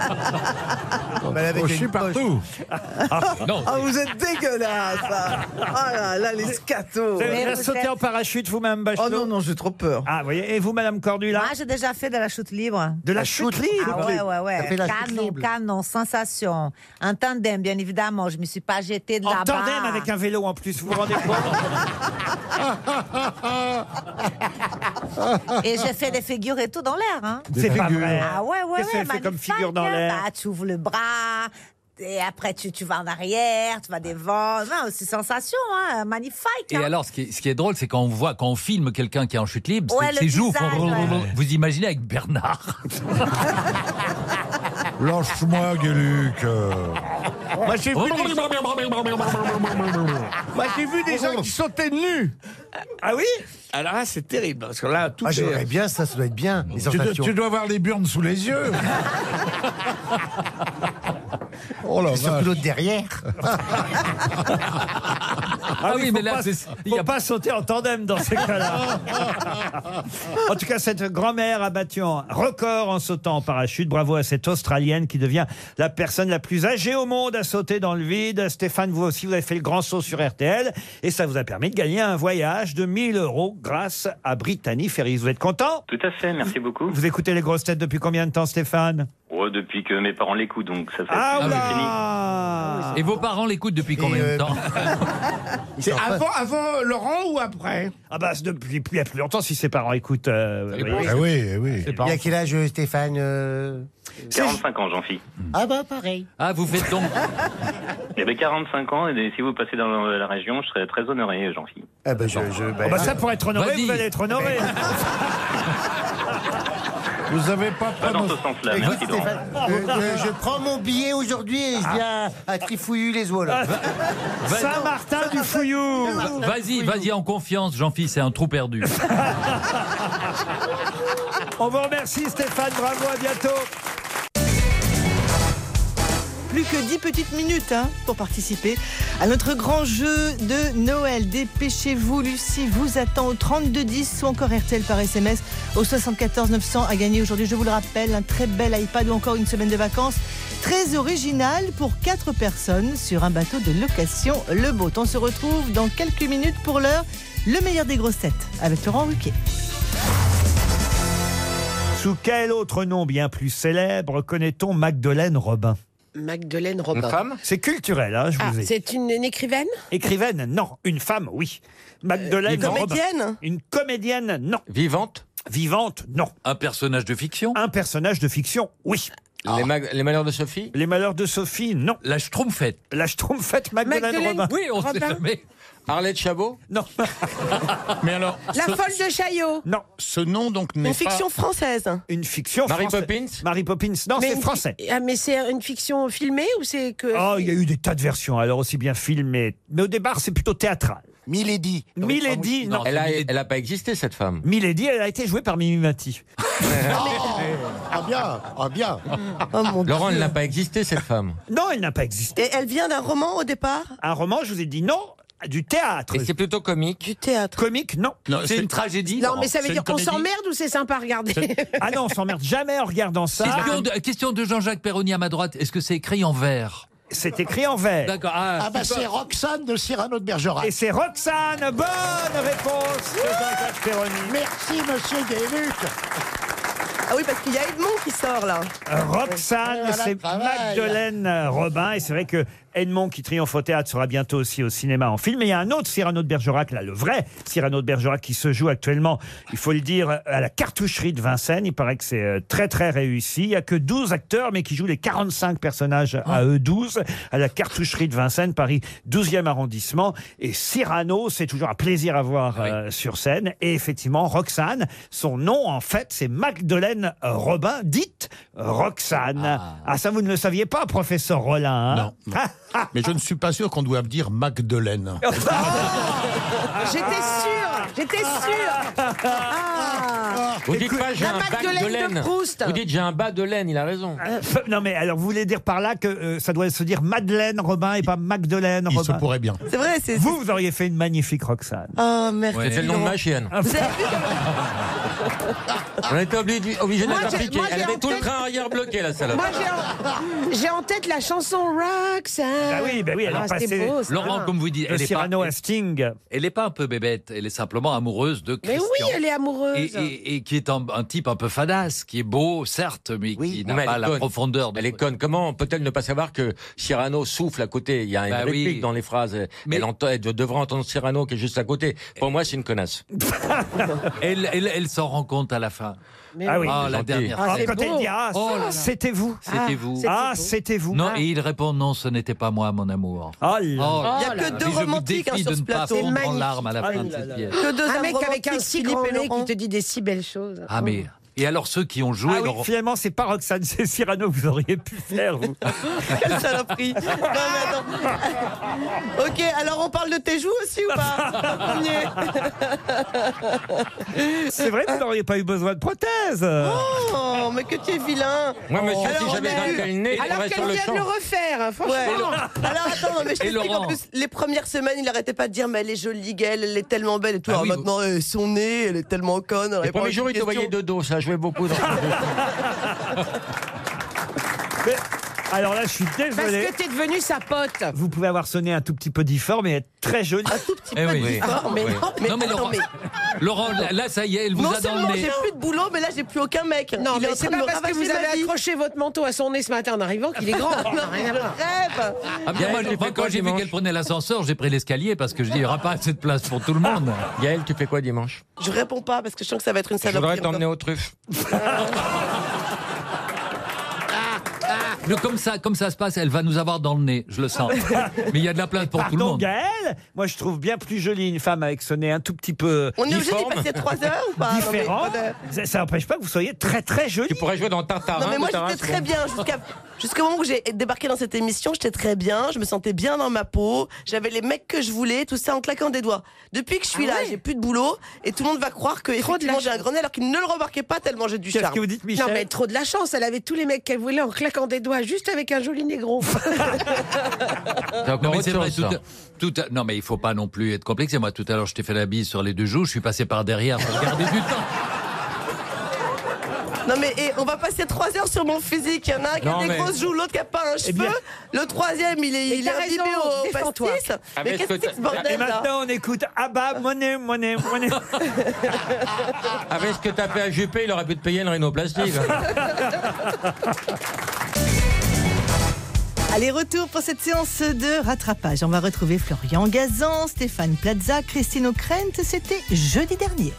Auchy partout. Non. Ah, vous êtes dégueulasse. Ah là là, les scatos. Vous avez déjà sauté en parachute vous-même, Bachelot? Oh non, j'ai trop peur. Ah, vous voyez. Et vous, Madame Cordula? Moi, j'ai déjà fait de la chute libre. De la chute libre? Ah ouais. Canon, sensation. En tandem, bien évidemment. Je ne me suis pas jetée de En là-bas. tandem avec un vélo en plus, vous vous rendez compte? Et j'ai fait des figures et tout dans l'air. Hein. C'est pas vrai. Ah ouais. Qu'est-ce qu'elle fait comme figure dans l'air? Bah, tu ouvres le bras. Et après, tu vas en arrière, tu vas devant. Non, c'est sensation, hein, magnifique. Et hein. alors, ce qui est drôle, c'est quand on filme quelqu'un qui est en chute libre, Ouais, ses le joues visage, font... ouais. Vous imaginez avec Bernard. Lâche-moi, Gueluc. Moi, j'ai vu des gens qui sautaient nus. Ah oui? Alors là, c'est terrible. Parce que là, tout j'aimerais bien, ça doit être bien. Les sensations. Tu dois avoir les burnes sous les yeux. Oh la Et surtout l'autre derrière. Ah oui, mais là, il n'y a pas sauter en tandem dans ces cas-là. En tout cas, cette grand-mère a battu un record en sautant en parachute. Bravo à cette Australienne qui devient la personne la plus âgée au monde à sauter dans le vide. Stéphane, vous aussi, vous avez fait le grand saut sur RTL. Et ça vous a permis de gagner un voyage de 1 000 € grâce à Brittany Ferries. Vous êtes content? Tout à fait, merci beaucoup. Vous écoutez les grosses têtes depuis combien de temps, Stéphane? Oh, depuis que mes parents l'écoutent, donc ça fait Et vos parents l'écoutent depuis combien de temps? C'est avant Laurent ou après? Ah bah depuis il y a plus longtemps si ses parents écoutent. Oui. Il y a quel âge, Stéphane 45 ans, Jean-Philippe. Ah bah pareil. Ah, vous faites donc... Il y avait 45 ans, et si vous passez dans la région, je serais très honoré, Jean-Philippe. Ah bah ça pour être honoré, vous allez être honoré. Vous avez pas dans ce sens-là, Écoute, merci Laurent. Stéphane, je prends mon billet aujourd'hui et je viens à Trifouillu-les-Oies. Saint-Martin du Fouillou. Vas-y en confiance, Jean-Philippe, c'est un trou perdu. On vous remercie Stéphane, bravo, à bientôt. Plus que 10 petites minutes pour participer à notre grand jeu de Noël. Dépêchez-vous, Lucie vous attend au 3210 ou encore RTL par SMS au 74 900 à gagner aujourd'hui. Je vous le rappelle, un très bel iPad ou encore une semaine de vacances très original pour 4 personnes sur un bateau de location Le Boat. On se retrouve dans quelques minutes pour l'heure. Le meilleur des grosses têtes avec Laurent Ruquier. Sous quel autre nom bien plus célèbre connaît-on Magdeleine Robin? Magdeleine Robin. Une femme? C'est culturel, je vous ai. C'est une écrivaine? Écrivaine, non. Une femme, oui. Magdeleine Robin. Comédienne? Une comédienne, non. Vivante? Vivante, non. Un personnage de fiction? Un personnage de fiction, oui. Les malheurs de Sophie? Les malheurs de Sophie, non. La Schtroumpfette? La Schtroumpfette, Magdeleine Robin. Oui, on sait jamais. Arlette Chabot? Non. Mais alors, La folle de Chaillot? Non. ce nom donc n'est Une fiction française? Une fiction Mary française. Poppins? Mary Poppins, non, c'est français. Mais c'est une fiction filmée ou c'est que... Oh, il y a eu des tas de versions, alors aussi bien filmées. Mais au départ, c'est plutôt théâtral. Milady. Milady, non. Elle a pas existé, cette femme. Milady, elle a été jouée par Mimi Mati. Ah bien. Oh, mon Laurent, Dieu. elle n'a pas existé, cette femme. Non, elle n'a pas existé. Et elle vient d'un roman au départ? Un roman, je vous ai dit non. Du théâtre. Et c'est plutôt comique. Du théâtre. Comique, non. C'est une tragédie? Non, mais ça veut dire qu'on s'emmerde ou c'est sympa à regarder? Ah non, on s'emmerde jamais en regardant ça. Question de Jean-Jacques Perroni à ma droite. Est-ce que c'est écrit en vers? C'est écrit en vers. D'accord. C'est Roxane de Cyrano de Bergerac. Et c'est Roxane. Bonne réponse de Jean-Jacques Perroni. Merci, monsieur Gueluc. Ah oui, parce qu'il y a Edmond qui sort là. Roxane, Voilà, c'est travail. Magdeleine Robin. Et c'est vrai que Edmond qui triomphe au théâtre sera bientôt aussi au cinéma en film. Mais il y a un autre Cyrano de Bergerac, là, le vrai Cyrano de Bergerac qui se joue actuellement, il faut le dire, à la cartoucherie de Vincennes. Il paraît que c'est très très réussi. Il n'y a que 12 acteurs, mais qui jouent les 45 personnages à eux 12, à la cartoucherie de Vincennes, Paris 12e arrondissement. Et Cyrano, c'est toujours un plaisir à voir sur scène. Et effectivement, Roxane, son nom en fait, c'est Magdeleine Robin, dite Roxane. Ah, ça vous ne le saviez pas, professeur Rollin, hein? Non. Mais je ne suis pas sûr qu'on doive dire Magdeleine. J'étais sûr. Vous dites pas j'ai un bac de laine. Vous dites j'ai un bas de laine, il a raison. Non mais alors vous voulez dire par là que ça doit se dire Madeleine Robin et pas Magdeleine Robin? Il se pourrait bien. C'est vrai, c'est... Vous auriez fait une magnifique Roxane. Oh, merci. C'est le nom de ma chienne. Vous avez vu On était obligé de l'appliquer. Elle avait tout le train arrière bloqué, la salope. Moi, j'ai en tête la chanson Roxane. Ah oui, elle a passé. Laurent, comme vous dites, Le Cyrano à Sting. Elle n'est pas un peu bébête, elle est simplement amoureuse de Christian. Mais oui, elle est amoureuse. Et qui est un type un peu fadasse, qui est beau, certes, mais qui n'a pas la profondeur. Elle est conne. Comment peut-elle ne pas savoir que Cyrano souffle à côté? Il y a une réplique dans les phrases. Mais elle devrait entendre Cyrano qui est juste à côté. Pour moi, c'est une connasse. Elle s'en rend compte à la fin. Ah oui, la dernière quand scène. elle dit c'était vous. C'était vous. C'était vous. Non, et il répond non, ce n'était pas moi, mon amour. Il n'y a que deux romantiques je vous défie sur de ce ne pas plateau. fondre en larmes à la fin de cette pièce. Que deux Un mec hommes avec un romantiques, si Philippe grand et nez Laurent. qui te dit des si belles choses. Ah mais... Et alors ceux qui ont joué... Finalement, c'est pas Roxane, c'est Cyrano que vous auriez pu faire, vous. Quelle saloperie. Non, mais attends. Ok, alors on parle de tes joues aussi ou pas? C'est vrai que vous n'auriez pas eu besoin de prothèse. Oh, mais que tu es vilain. Moi, monsieur, si j'avais un tel nez, il Alors aurait qu'elle sur le vient de le champ. refaire, hein, franchement. Ouais. Alors attends, non, mais je t'explique en plus, les premières semaines, il arrêtait pas de dire mais elle est jolie, Gaëlle, elle est tellement belle et tout. Alors maintenant, son nez, elle est tellement conne. Les premiers jours, il te voyait de dos, ça jouait beaucoup dans Mais, alors là, je suis désolé. Parce que t'es devenu sa pote. Vous pouvez avoir sonné un tout petit peu difforme et être très jolie. Un tout petit peu difforme, mais non, mais Laurent, là, ça y est, elle vous a dans le nez. j'ai plus de boulot, mais là, j'ai plus aucun mec. Non, Il est mais en c'est train de pas me parce que vous ravager ma avez vie. accroché votre manteau à son nez ce matin en arrivant qu'il est grand. Non, je rêve. Ah bien, moi, quand j'ai vu qu'elle prenait l'ascenseur, j'ai pris l'escalier parce que je dis, il n'y aura pas assez de place pour tout le monde. Gaël, tu fais quoi dimanche? Je réponds pas parce que je sens que ça va être une Je saloperie. voudrais t'emmener aux truffes. Mais comme ça se passe, elle va nous avoir dans le nez, je le sens. Mais il y a de la place pour tout le monde. Gaël, moi je trouve bien plus jolie une femme avec ce nez un tout petit peu On est obligé d'y passer 3 heures ou pas? différent. Non, mais- Ça n'empêche pas que vous soyez très très jolie. Tu pourrais jouer dans Tartarin. Non mais moi de j'étais Tarascon. très bien jusqu'au moment où j'ai débarqué dans cette émission, j'étais très bien, je me sentais bien dans ma peau, j'avais les mecs que je voulais, tout ça en claquant des doigts. Depuis que je suis là, j'ai plus de boulot et tout le monde va croire que effectivement j'ai un grand nez alors qu'ils ne le remarquaient pas tellement j'ai du Qu'est-ce charme. que vous dites, Michel? Non, mais trop de la chance. Elle avait tous les mecs qu'elle voulait en claquant des doigts, juste avec un joli négro. C'est encore Non mais autre c'est vrai, chose, ça. non mais il faut pas non plus être complexé. Moi tout à l'heure je t'ai fait la bise sur les deux joues, je suis passé par derrière pour garder du temps. Non mais on va passer 3 heures sur mon physique. Il y en a un qui a des grosses joues, l'autre qui a pas un cheveu. Le troisième, il est imbibé au défends-toi. pastis. Mais qu'est-ce que c'est que ce bordel Et là? maintenant on écoute Abba, monnaie. Avec ce que t'as fait à Juppé, il aurait pu te payer une rhinoplastie. Allez, retour pour cette séance de rattrapage. On va retrouver Florian Gazan, Stéphane Plaza, Christine O'Krent. C'était jeudi dernier.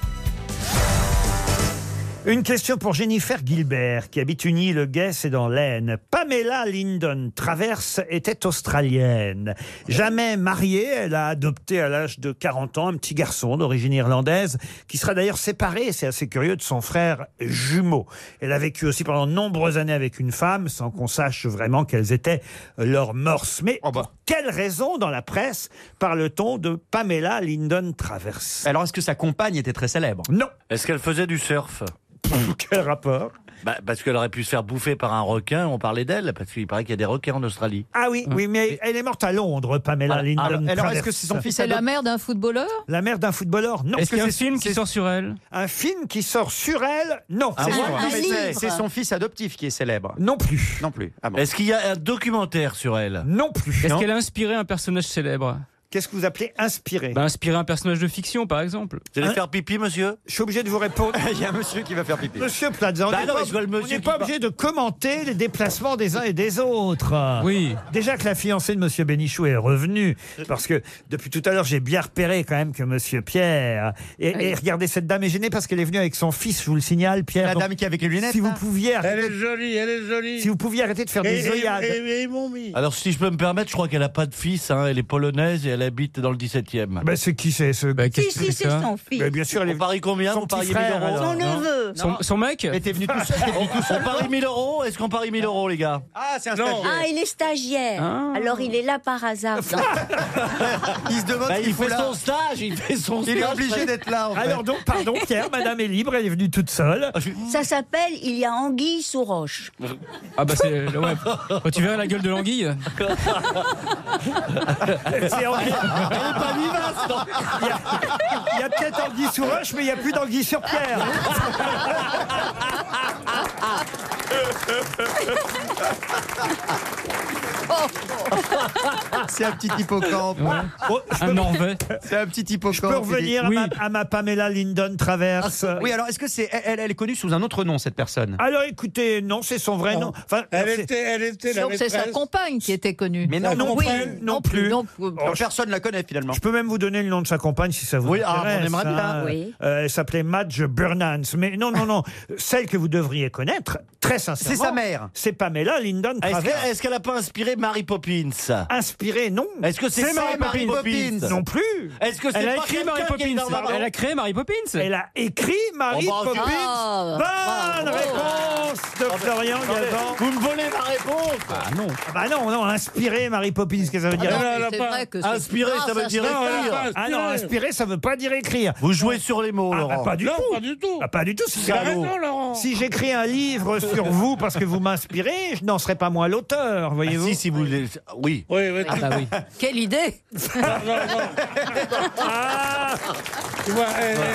Une question pour Jennifer Gilbert, qui habite une île Guess et dans l'Aisne. Pamela Lyndon Travers était australienne. Jamais mariée, elle a adopté à l'âge de 40 ans un petit garçon d'origine irlandaise, qui sera d'ailleurs séparé, c'est assez curieux, de son frère jumeau. Elle a vécu aussi pendant de nombreuses années avec une femme, sans qu'on sache vraiment quelles étaient leurs mœurs. Mais pour quelle raison, dans la presse, parle-t-on de Pamela Lyndon Travers? Alors, est-ce que sa compagne était très célèbre? Non. Est-ce qu'elle faisait du surf? Quel rapport? Parce qu'elle aurait pu se faire bouffer par un requin, on parlait d'elle, parce qu'il paraît qu'il y a des requins en Australie. Ah oui, oui, mais elle est morte à Londres, Pamela Lyndon alors, Travers. est-ce que c'est son fils C'est la mère d'un footballeur? La mère d'un footballeur? Non. Est-ce qu'il y a un film qui sort sur elle? Un film qui sort sur elle? Non. C'est son fils adoptif qui est célèbre. Non plus. Non plus. Est-ce qu'il y a un documentaire sur elle? Non plus. Est-ce qu'elle a inspiré un personnage célèbre? Qu'est-ce que vous appelez inspirer? Inspirer un personnage de fiction, par exemple. Vous allez faire pipi, monsieur? Je suis obligé de vous répondre. Il y a un monsieur qui va faire pipi. Monsieur Plaza, on Bah n'est non, pas, mais je vois le on monsieur n'est qui pas va- obligé de commenter les déplacements des uns et des autres. Oui. Déjà que la fiancée de Monsieur Bénichou est revenue, parce que depuis tout à l'heure, j'ai bien repéré quand même que Monsieur Pierre... Et regardez, cette dame est gênée parce qu'elle est venue avec son fils, je vous le signale, Pierre. La Donc, dame qui est avec les lunettes. si vous là. pouviez Elle arrêter, est jolie, elle est jolie. si vous pouviez arrêter de faire des œillades. Et ils m'ont mis. Alors, si je peux me permettre, je crois qu'elle n'a pas de fils. Hein. Elle est polonaise et elle habite dans le 17e. Ben, c'est qui c'est ce... Qu'est-ce que c'est son fils. Ben, bien sûr, elle est... On parie combien? Son Vous petit pariez frère, 1000 euros? Son neveu. Son mec. Mais t'es venu tout seul. On parie 1000 euros? Est-ce qu'on parie 1000 euros, les gars? Ah, c'est un Non. stagiaire. Ah, il est stagiaire. Ah. Alors il est là par hasard. Il se demande Bah, ce il qu'il fout fait là. son stage, il fait son stage. Il est obligé d'être là. En fait. Alors donc, pardon Pierre, madame est libre, elle est venue toute seule. Ça s'appelle Il y a anguille sous roche. Ah bah c'est... Ouais. Oh, tu verrais la gueule de l'anguille. C'est Anguille. Elle est pas vivace, non? Il y a peut-être Anguille sous roche, mais il n'y a plus d'Anguille sur Pierre. C'est un petit hippocampe. Oh, Un Norvais. C'est un petit hippocampe. je peux revenir Oui. à ma Pamela Lyndon Traverse. Oui, alors est-ce que c'est elle est connue sous un autre nom, cette personne? Alors écoutez, non, c'est son vrai nom. Enfin, Elle c'est- était la Donc c'est sa maîtresse. compagne qui était connue. Mais non, non Oui, plus, non plus. Donc, Alors, personne la connaît finalement. Je peux même vous donner le nom de sa compagne si ça vous Oui, intéresse. on aimerait bien. Oui. Elle s'appelait Madge Burnans. Mais non. Celle que vous devriez connaître, très sincèrement. C'est sa mère. C'est Pamela Lyndon Traverse. Est-ce qu'elle n'a pas inspiré Mary Poppins? Inspirée, non. Est-ce que c'est ça, Mary Poppins? Non plus. Est-ce que c'est Elle a pas écrit Mary quelqu'un qui est Poppins. dans la- Elle a créé Mary Poppins. Elle a écrit Mary Oh, bah, Poppins. Ah, Bonne réponse de Florian Gazan. Vous me volez ma réponse. Ah non. Ah bah non, inspiré Marie Poppins, qu'est-ce que ça veut dire? non, elle a c'est pas- vrai que c'est- Inspiré, Ah, ça veut dire Non, elle a écrire. pas Ah non, inspiré. inspiré, ça veut pas dire écrire. Vous jouez sur les mots, Ah, Laurent. pas du Non, tout. pas du tout. Ah, pas du tout. Si, T'as raison, Laurent. si j'écris un livre sur vous parce que vous m'inspirez, je n'en serai pas moi l'auteur, Ah, voyez-vous. si vous voulez. Oui. Oui, oui. Ah bah oui. Quelle idée. Non, non. Ah, Tu vois,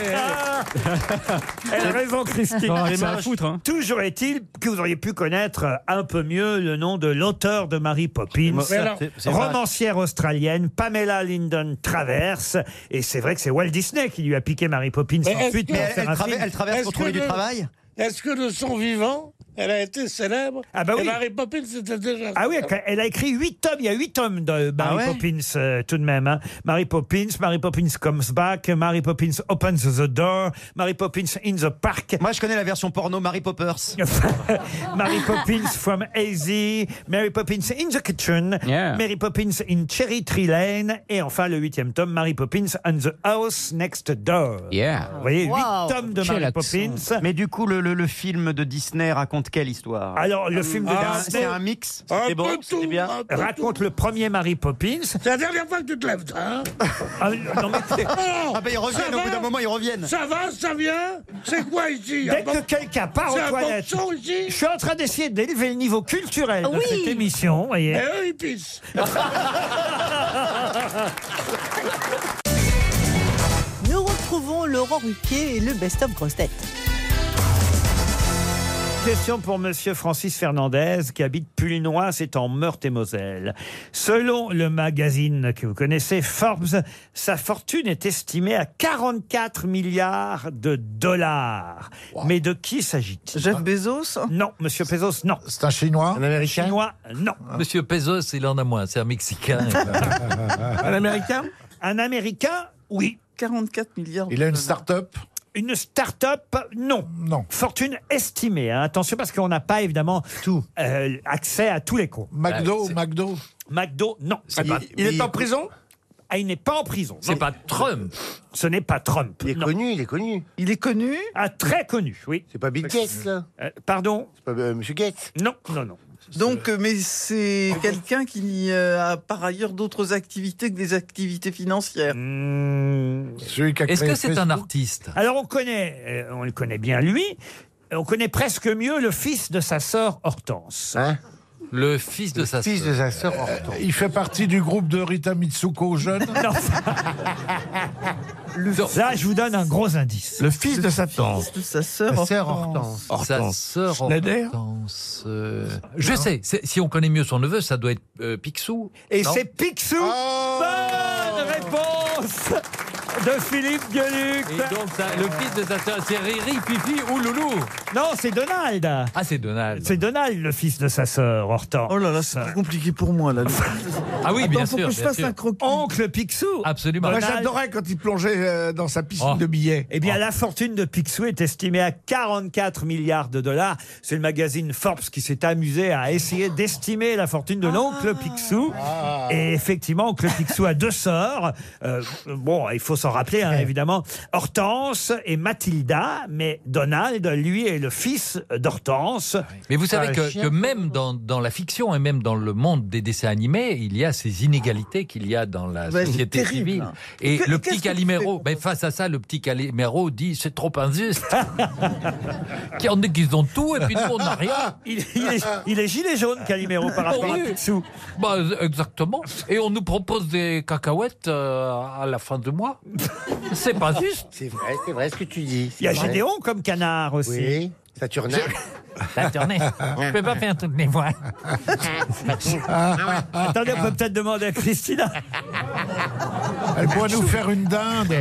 elle a raison, Christine. Non, arrête ça à foutre, hein. Toujours est-il que vous auriez pu connaître un peu mieux le nom de l'auteur de Mary Poppins, Mais alors, c'est romancière australienne, Pamela Lyndon Traverse. Et c'est vrai que c'est Walt Disney qui lui a piqué Mary Poppins Mais est-ce ensuite que- pour Mais faire un film. elle traverse pour Est-ce trouver que du le- travail. Est-ce que de son vivant, elle a été célèbre? Ah bah oui. Et Mary Poppins, c'était déjà. Ah oui, elle a écrit 8 tomes. Il y a 8 tomes de Mary Ah ouais Poppins tout de même. Hein. Mary Poppins Comes Back, Mary Poppins Opens the Door, Mary Poppins in the Park, Moi, je connais la version porno Mary Poppers. Mary Poppins from AZ, Mary Poppins in the Kitchen, Yeah. Mary Poppins in Cherry Tree Lane, et enfin le 8e tome, Mary Poppins and the House Next Door. Yeah. Vous voyez, 8 Wow. tomes de Quel Mary accent. Poppins. Mais du coup, le film de Disney raconte quelle histoire? Alors, le film de Disney C'est un mix. Un C'est bon, peu c'était tout, bien. un peu raconte tout. le premier Mary Poppins. C'est la dernière fois que tu te lèves, ça, hein? Ah, non, mais- Ah ben ils reviennent, Ça au bout va d'un moment ils reviennent. Ça va, ça vient? C'est quoi ici? Dès que quelqu'un part C'est aux un toilettes, boxon ici? je suis en train d'essayer d'élever le niveau culturel de Oui. cette émission. Voyez. Et eux, ils pissent. Nous retrouvons Laurent Ruquier et le best-of grosses têtes. Question pour Monsieur Francis Fernandez qui habite Pulnois, c'est en Meurthe-et-Moselle. Selon le magazine que vous connaissez, Forbes, sa fortune est estimée à 44 milliards de dollars. Mais de qui s'agit-il? Jeff Bezos? Non, Monsieur Bezos, non. C'est un Chinois? Un Américain? Chinois, non. Monsieur Bezos, il en a moins, c'est un Mexicain. Un Américain? Un Américain, oui. 44 milliards. Il a une start-up? Une start-up, non. Non. Fortune estimée. Hein. Attention parce qu'on n'a pas évidemment tout accès à tous les comptes. McDo? McDo, non. Il est en prison? Ah, il n'est pas en prison. C'est pas Trump. Ce n'est pas Trump. Il est non. connu, il est connu. Il est connu? Ah, très connu, oui. C'est pas Bill Gates, là. Pardon? C'est pas Monsieur Gates. Non, non, non. Donc, mais c'est quelqu'un qui a par ailleurs d'autres activités que des activités financières. Est-ce que c'est un artiste? Alors on le connaît bien lui. On connaît presque mieux le fils de sa sœur Hortense. Hein? Le fils de sa Fils de sa sœur Hortense. Il fait partie du groupe de Rita Mitsuko jeune? Non. Là, je vous donne un gros indice. Le fils de sa tante. De sa sœur Hortense. Sa sœur Schneider Hortense. Je sais, si on connaît mieux son neveu, ça doit être Picsou. Et non c'est Picsou. Bonne réponse de Philippe Gueluc. Et donc, le fils de sa sœur, c'est Riri, Fifi ou Loulou? Non, c'est Donald. Ah, c'est Donald. C'est Donald, le fils de sa sœur, Hortense. Oh là là, c'est très compliqué pour moi, là. Ah oui, bien faut sûr. que je bien fasse sûr. un croquis. Oncle Picsou. Absolument. Moi, Donald. j'adorais quand il plongeait dans sa piscine de billets. Eh bien, la fortune de Picsou est estimée à 44 milliards de dollars. C'est le magazine Forbes qui s'est amusé à essayer d'estimer la fortune de l'oncle Picsou. Et effectivement, oncle Picsou a deux sœurs. Bon, il faut s'en rappeler, hein, évidemment. Hortense et Mathilda. Mais Donald, lui, est le fils d'Hortense. Mais vous savez que même dans la fiction et même dans le monde des dessins animés, il y a ces inégalités qu'il y a dans la société civile. Et le petit Calimero, face à ça, le petit Calimero dit c'est trop injuste. Qui en est qu'ils ont tout et puis nous on n'a rien. Il est gilet jaune, Calimero, par rapport à Picsou. Bah, exactement. Et on nous propose des cacahuètes à la fin du mois. C'est pas juste. C'est vrai ce que tu dis. Il y a Gédéon comme canard aussi. Oui, Saturnin. Saturnin. Je peux pas faire toutes les voix. Attendez, on peut peut-être demander à Christina. Elle pourrait nous faire une dinde.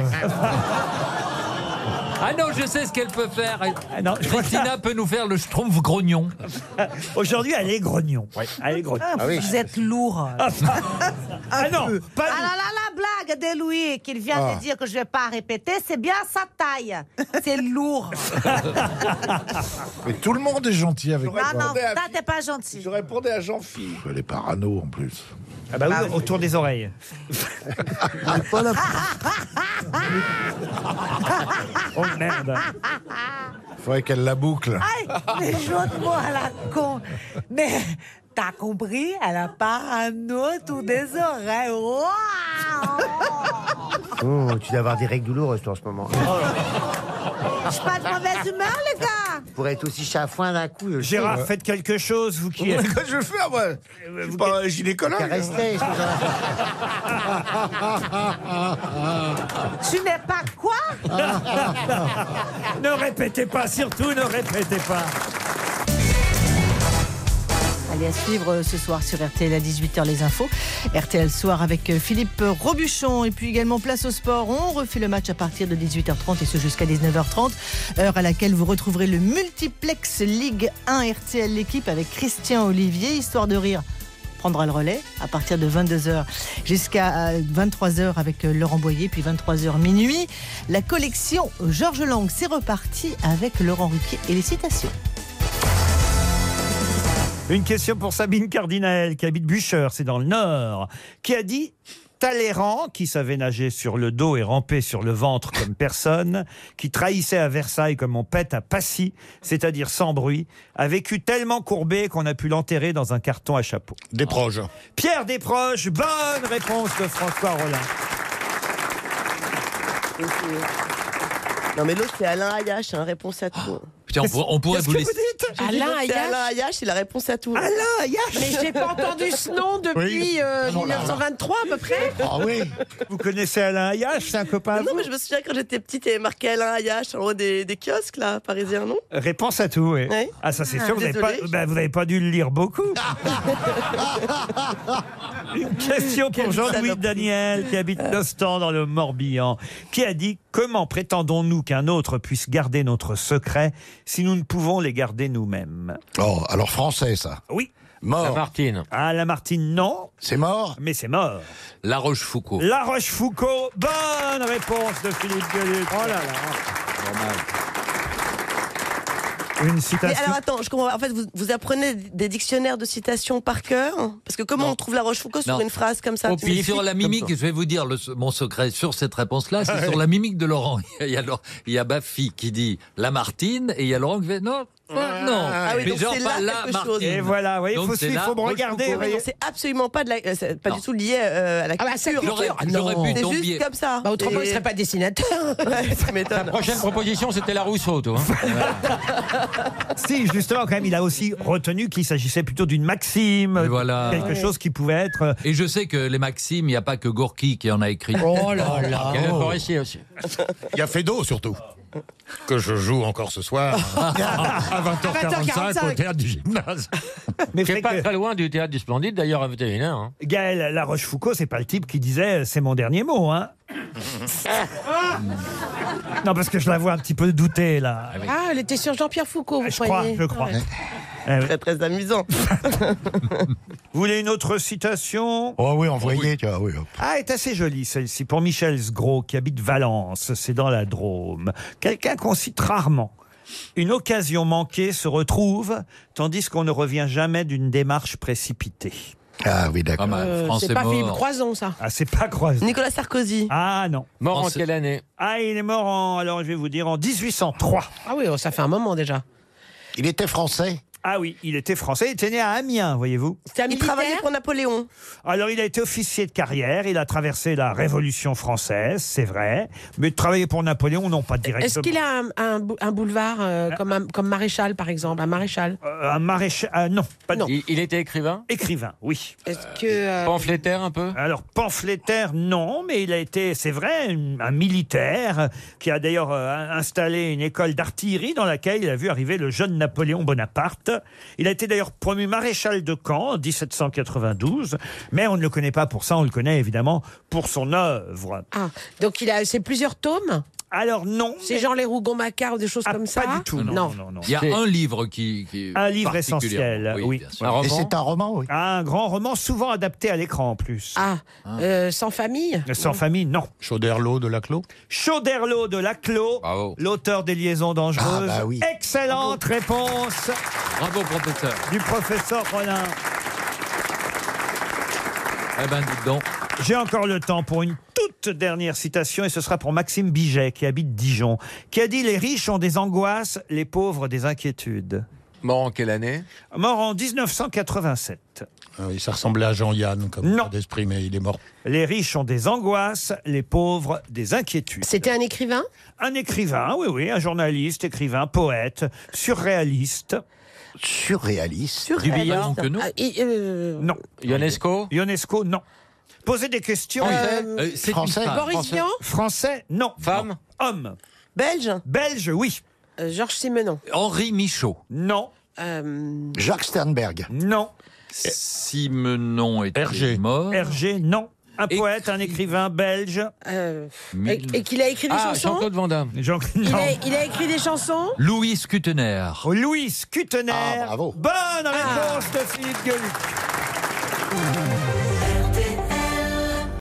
Ah non, je sais ce qu'elle peut faire. Non, Christina peut nous faire le schtroumpf grognon. Aujourd'hui, elle est grognon. Elle est grognon. Vous êtes lourd. Ah non, pas Ah là là, la blague de Louis qu'il vient de dire que je vais pas répéter, c'est bien sa taille. C'est lourd. Mais tout le monde est gentil avec moi. Non, ça t'es pas gentil. Je répondais à Jean-Philippe. Elle est parano en plus. Ah bah oui, autour des oreilles. Oh merde. Faudrait qu'elle la boucle. Aïe, les jeux de mots à la con. Mais t'as compris, elle a parano autour des oreilles. Waouh. Oh, tu dois avoir des règles douloureuses toi en ce moment. Je suis pas de mauvaise humeur, les gars. Tu pourrais être aussi chafouin d'un coup. Gérard, faites quelque chose, vous qui êtes... Qu'est-ce que je vais faire, moi? Je suis pas un gynécologue. Caresse-les. Tu n'es pas quoi? Ne répétez pas, surtout ne répétez pas. Allez, à suivre ce soir sur RTL à 18h les infos. RTL Soir avec Philippe Robuchon. Et puis également place au sport. On refait le match à partir de 18h30 et ce jusqu'à 19h30. Heure à laquelle vous retrouverez le multiplex Ligue 1 RTL l'équipe avec Christian Olivier. Histoire de rire prendra le relais à partir de 22h jusqu'à 23h avec Laurent Boyer, puis 23h minuit. La collection Georges Lang, c'est reparti avec Laurent Ruquier et les citations. Une question pour Sabine Cardinal, qui habite Bucheur, c'est dans le Nord, qui a dit « Talleyrand, qui savait nager sur le dos et ramper sur le ventre comme personne, qui trahissait à Versailles comme on pète à Passy, c'est-à-dire sans bruit, a vécu tellement courbé qu'on a pu l'enterrer dans un carton à chapeau. » Desproges. Pierre Desproges, bonne réponse de François Rollin. Non, mais l'autre, c'est Alain Ayache, hein, réponse à tout. Putain, on pourrait vous laisser. Alain Ayache, c'est la réponse à tout. Alain Ayache. Mais j'ai pas entendu ce nom depuis 1923 à peu près. Ah oui. Vous connaissez Alain Ayache, c'est un copain à Non, vous mais je me souviens quand j'étais petite, il y avait marqué Alain Ayache en haut des kiosques, là, parisiens, non? Réponse à tout, oui. Ouais. Ah, ça c'est sûr, vous désolée. n'avez pas dû le lire beaucoup. Une question pour Jean-Louis Daniel, qui habite Nostan dans le Morbihan, qui a dit « Comment prétendons-nous qu'un autre puisse garder notre secret si nous ne pouvons les garder nous-mêmes » Oh, alors français, ça. Oui. Mort. Lamartine. Ah, Lamartine, non. C'est mort. Mais c'est mort. La Rochefoucauld. La Rochefoucauld, bonne réponse de Philippe Gueluc. Oh là là. Une Mais citation. alors attends, je comprends. En fait, vous apprenez des dictionnaires de citations par cœur? Parce que comment on trouve la Rochefoucauld sur Non. une phrase comme ça? Puis sur la mimique, je vais vous dire mon secret sur cette réponse-là, c'est sur la mimique de Laurent. Il y a Baffy qui dit Lamartine et il y a Laurent qui fait non. Non, Ah oui, mais donc genre c'est pas là la quelque chose. Martine. Et voilà, vous voyez, Donc il faut me regarder. vous voyez. C'est absolument pas pas du tout lié à la culture. J'aurais pu C'est tomber. juste comme ça. Bah, autrement, il serait pas dessinateur. Ouais, ça m'étonne. La prochaine proposition, c'était la Rousseau, toi. Si, justement, quand même, il a aussi retenu qu'il s'agissait plutôt d'une maxime, Et voilà. quelque chose qui pouvait être... Et je sais que les maximes, il n'y a pas que Gorky qui en a écrit. Oh là là. Il y avait Forestier aussi. Il y a Fédot, surtout. Que je joue encore ce soir à 20h45 au théâtre du Gymnase. Mais C'est pas très loin du théâtre du Splendide, d'ailleurs, à 21h. Hein. Gaël La Rochefoucauld, c'est pas le type qui disait c'est mon dernier mot, hein. Non, parce que je la vois un petit peu douter là. Ah, elle était sur Jean-Pierre Foucault, vous Je crois. Ouais. Très, très amusant. Vous voulez une autre citation? Oh oui, envoyez, tu vois, oui. Ah, est assez jolie celle-ci, pour Michel Sgros, qui habite Valence, c'est dans la Drôme. Quelqu'un qu'on cite rarement. Une occasion manquée se retrouve, tandis qu'on ne revient jamais d'une démarche précipitée. Ah oui, d'accord. C'est pas Philippe Croison, ça. Ah, c'est pas Croison. Nicolas Sarkozy. Ah non. Mort en quelle année? Ah, il est mort alors je vais vous dire, en 1803. Ah oui, ça fait un moment déjà. Il était français. Ah oui, il était français, il était né à Amiens, voyez-vous. Il travaillait pour Napoléon. Alors, il a été officier de carrière, il a traversé la Révolution française, c'est vrai, mais de travailler pour Napoléon, non, pas directement. Est-ce qu'il a un boulevard comme maréchal, par exemple, un maréchal? Un maréchal, non. Pas Non. Il était écrivain? Écrivain, oui. Est-ce que... Pamphlétaire un peu? Alors, pamphlétaire, non, mais il a été, c'est vrai, un militaire qui a d'ailleurs installé une école d'artillerie dans laquelle il a vu arriver le jeune Napoléon Bonaparte. Il a été d'ailleurs promu maréchal de camp en 1792, mais on ne le connaît pas pour ça, on le connaît évidemment pour son œuvre. Ah, donc c'est plusieurs tomes? Alors non. C'est genre les Rougon-Macquart ou des choses comme ça? Pas du tout, non. Il y a un livre qui Un livre essentiel, oui. bien sûr. Un roman. Et c'est un roman, oui. Un grand roman, souvent adapté à l'écran en plus. Ah, Sans famille? Sans famille, non. Chauderlot de Laclos. Chauderlot de Laclos, l'auteur des Liaisons dangereuses. Ah bah oui. Excellente réponse. Bravo, professeur. Du professeur Rollin. Eh ben, dites donc. J'ai encore le temps pour une toute dernière citation, et ce sera pour Maxime Biget, qui habite Dijon, qui a dit « Les riches ont des angoisses, les pauvres des inquiétudes ». Mort en quelle année? Mort en 1987. Ah oui, ça ressemblait à Jean-Yann comme Non. état d'esprit, mais il est mort. Les riches ont des angoisses, les pauvres des inquiétudes. C'était un écrivain? Un écrivain, oui, un journaliste, écrivain, poète, surréaliste. Surréaliste. Du Billard que nous? Non. Ionesco? Ionesco, non. Posez des questions. C'est Français. une femme. Boris Vian? Français, non. Femme? Homme. Belge? Belge, oui. Georges Simenon? Henri Michaud. Non. Jacques Sternberg. Non. Simenon est Hergé. mort. Hergé, non. Un poète, un écrivain belge. Et qu'il a écrit des chansons? Jean-Claude Van Damme. Il a écrit des chansons? Louis Kutener. Louis Kutener. Ah, bravo. Bonne réponse de Philippe Gueluc.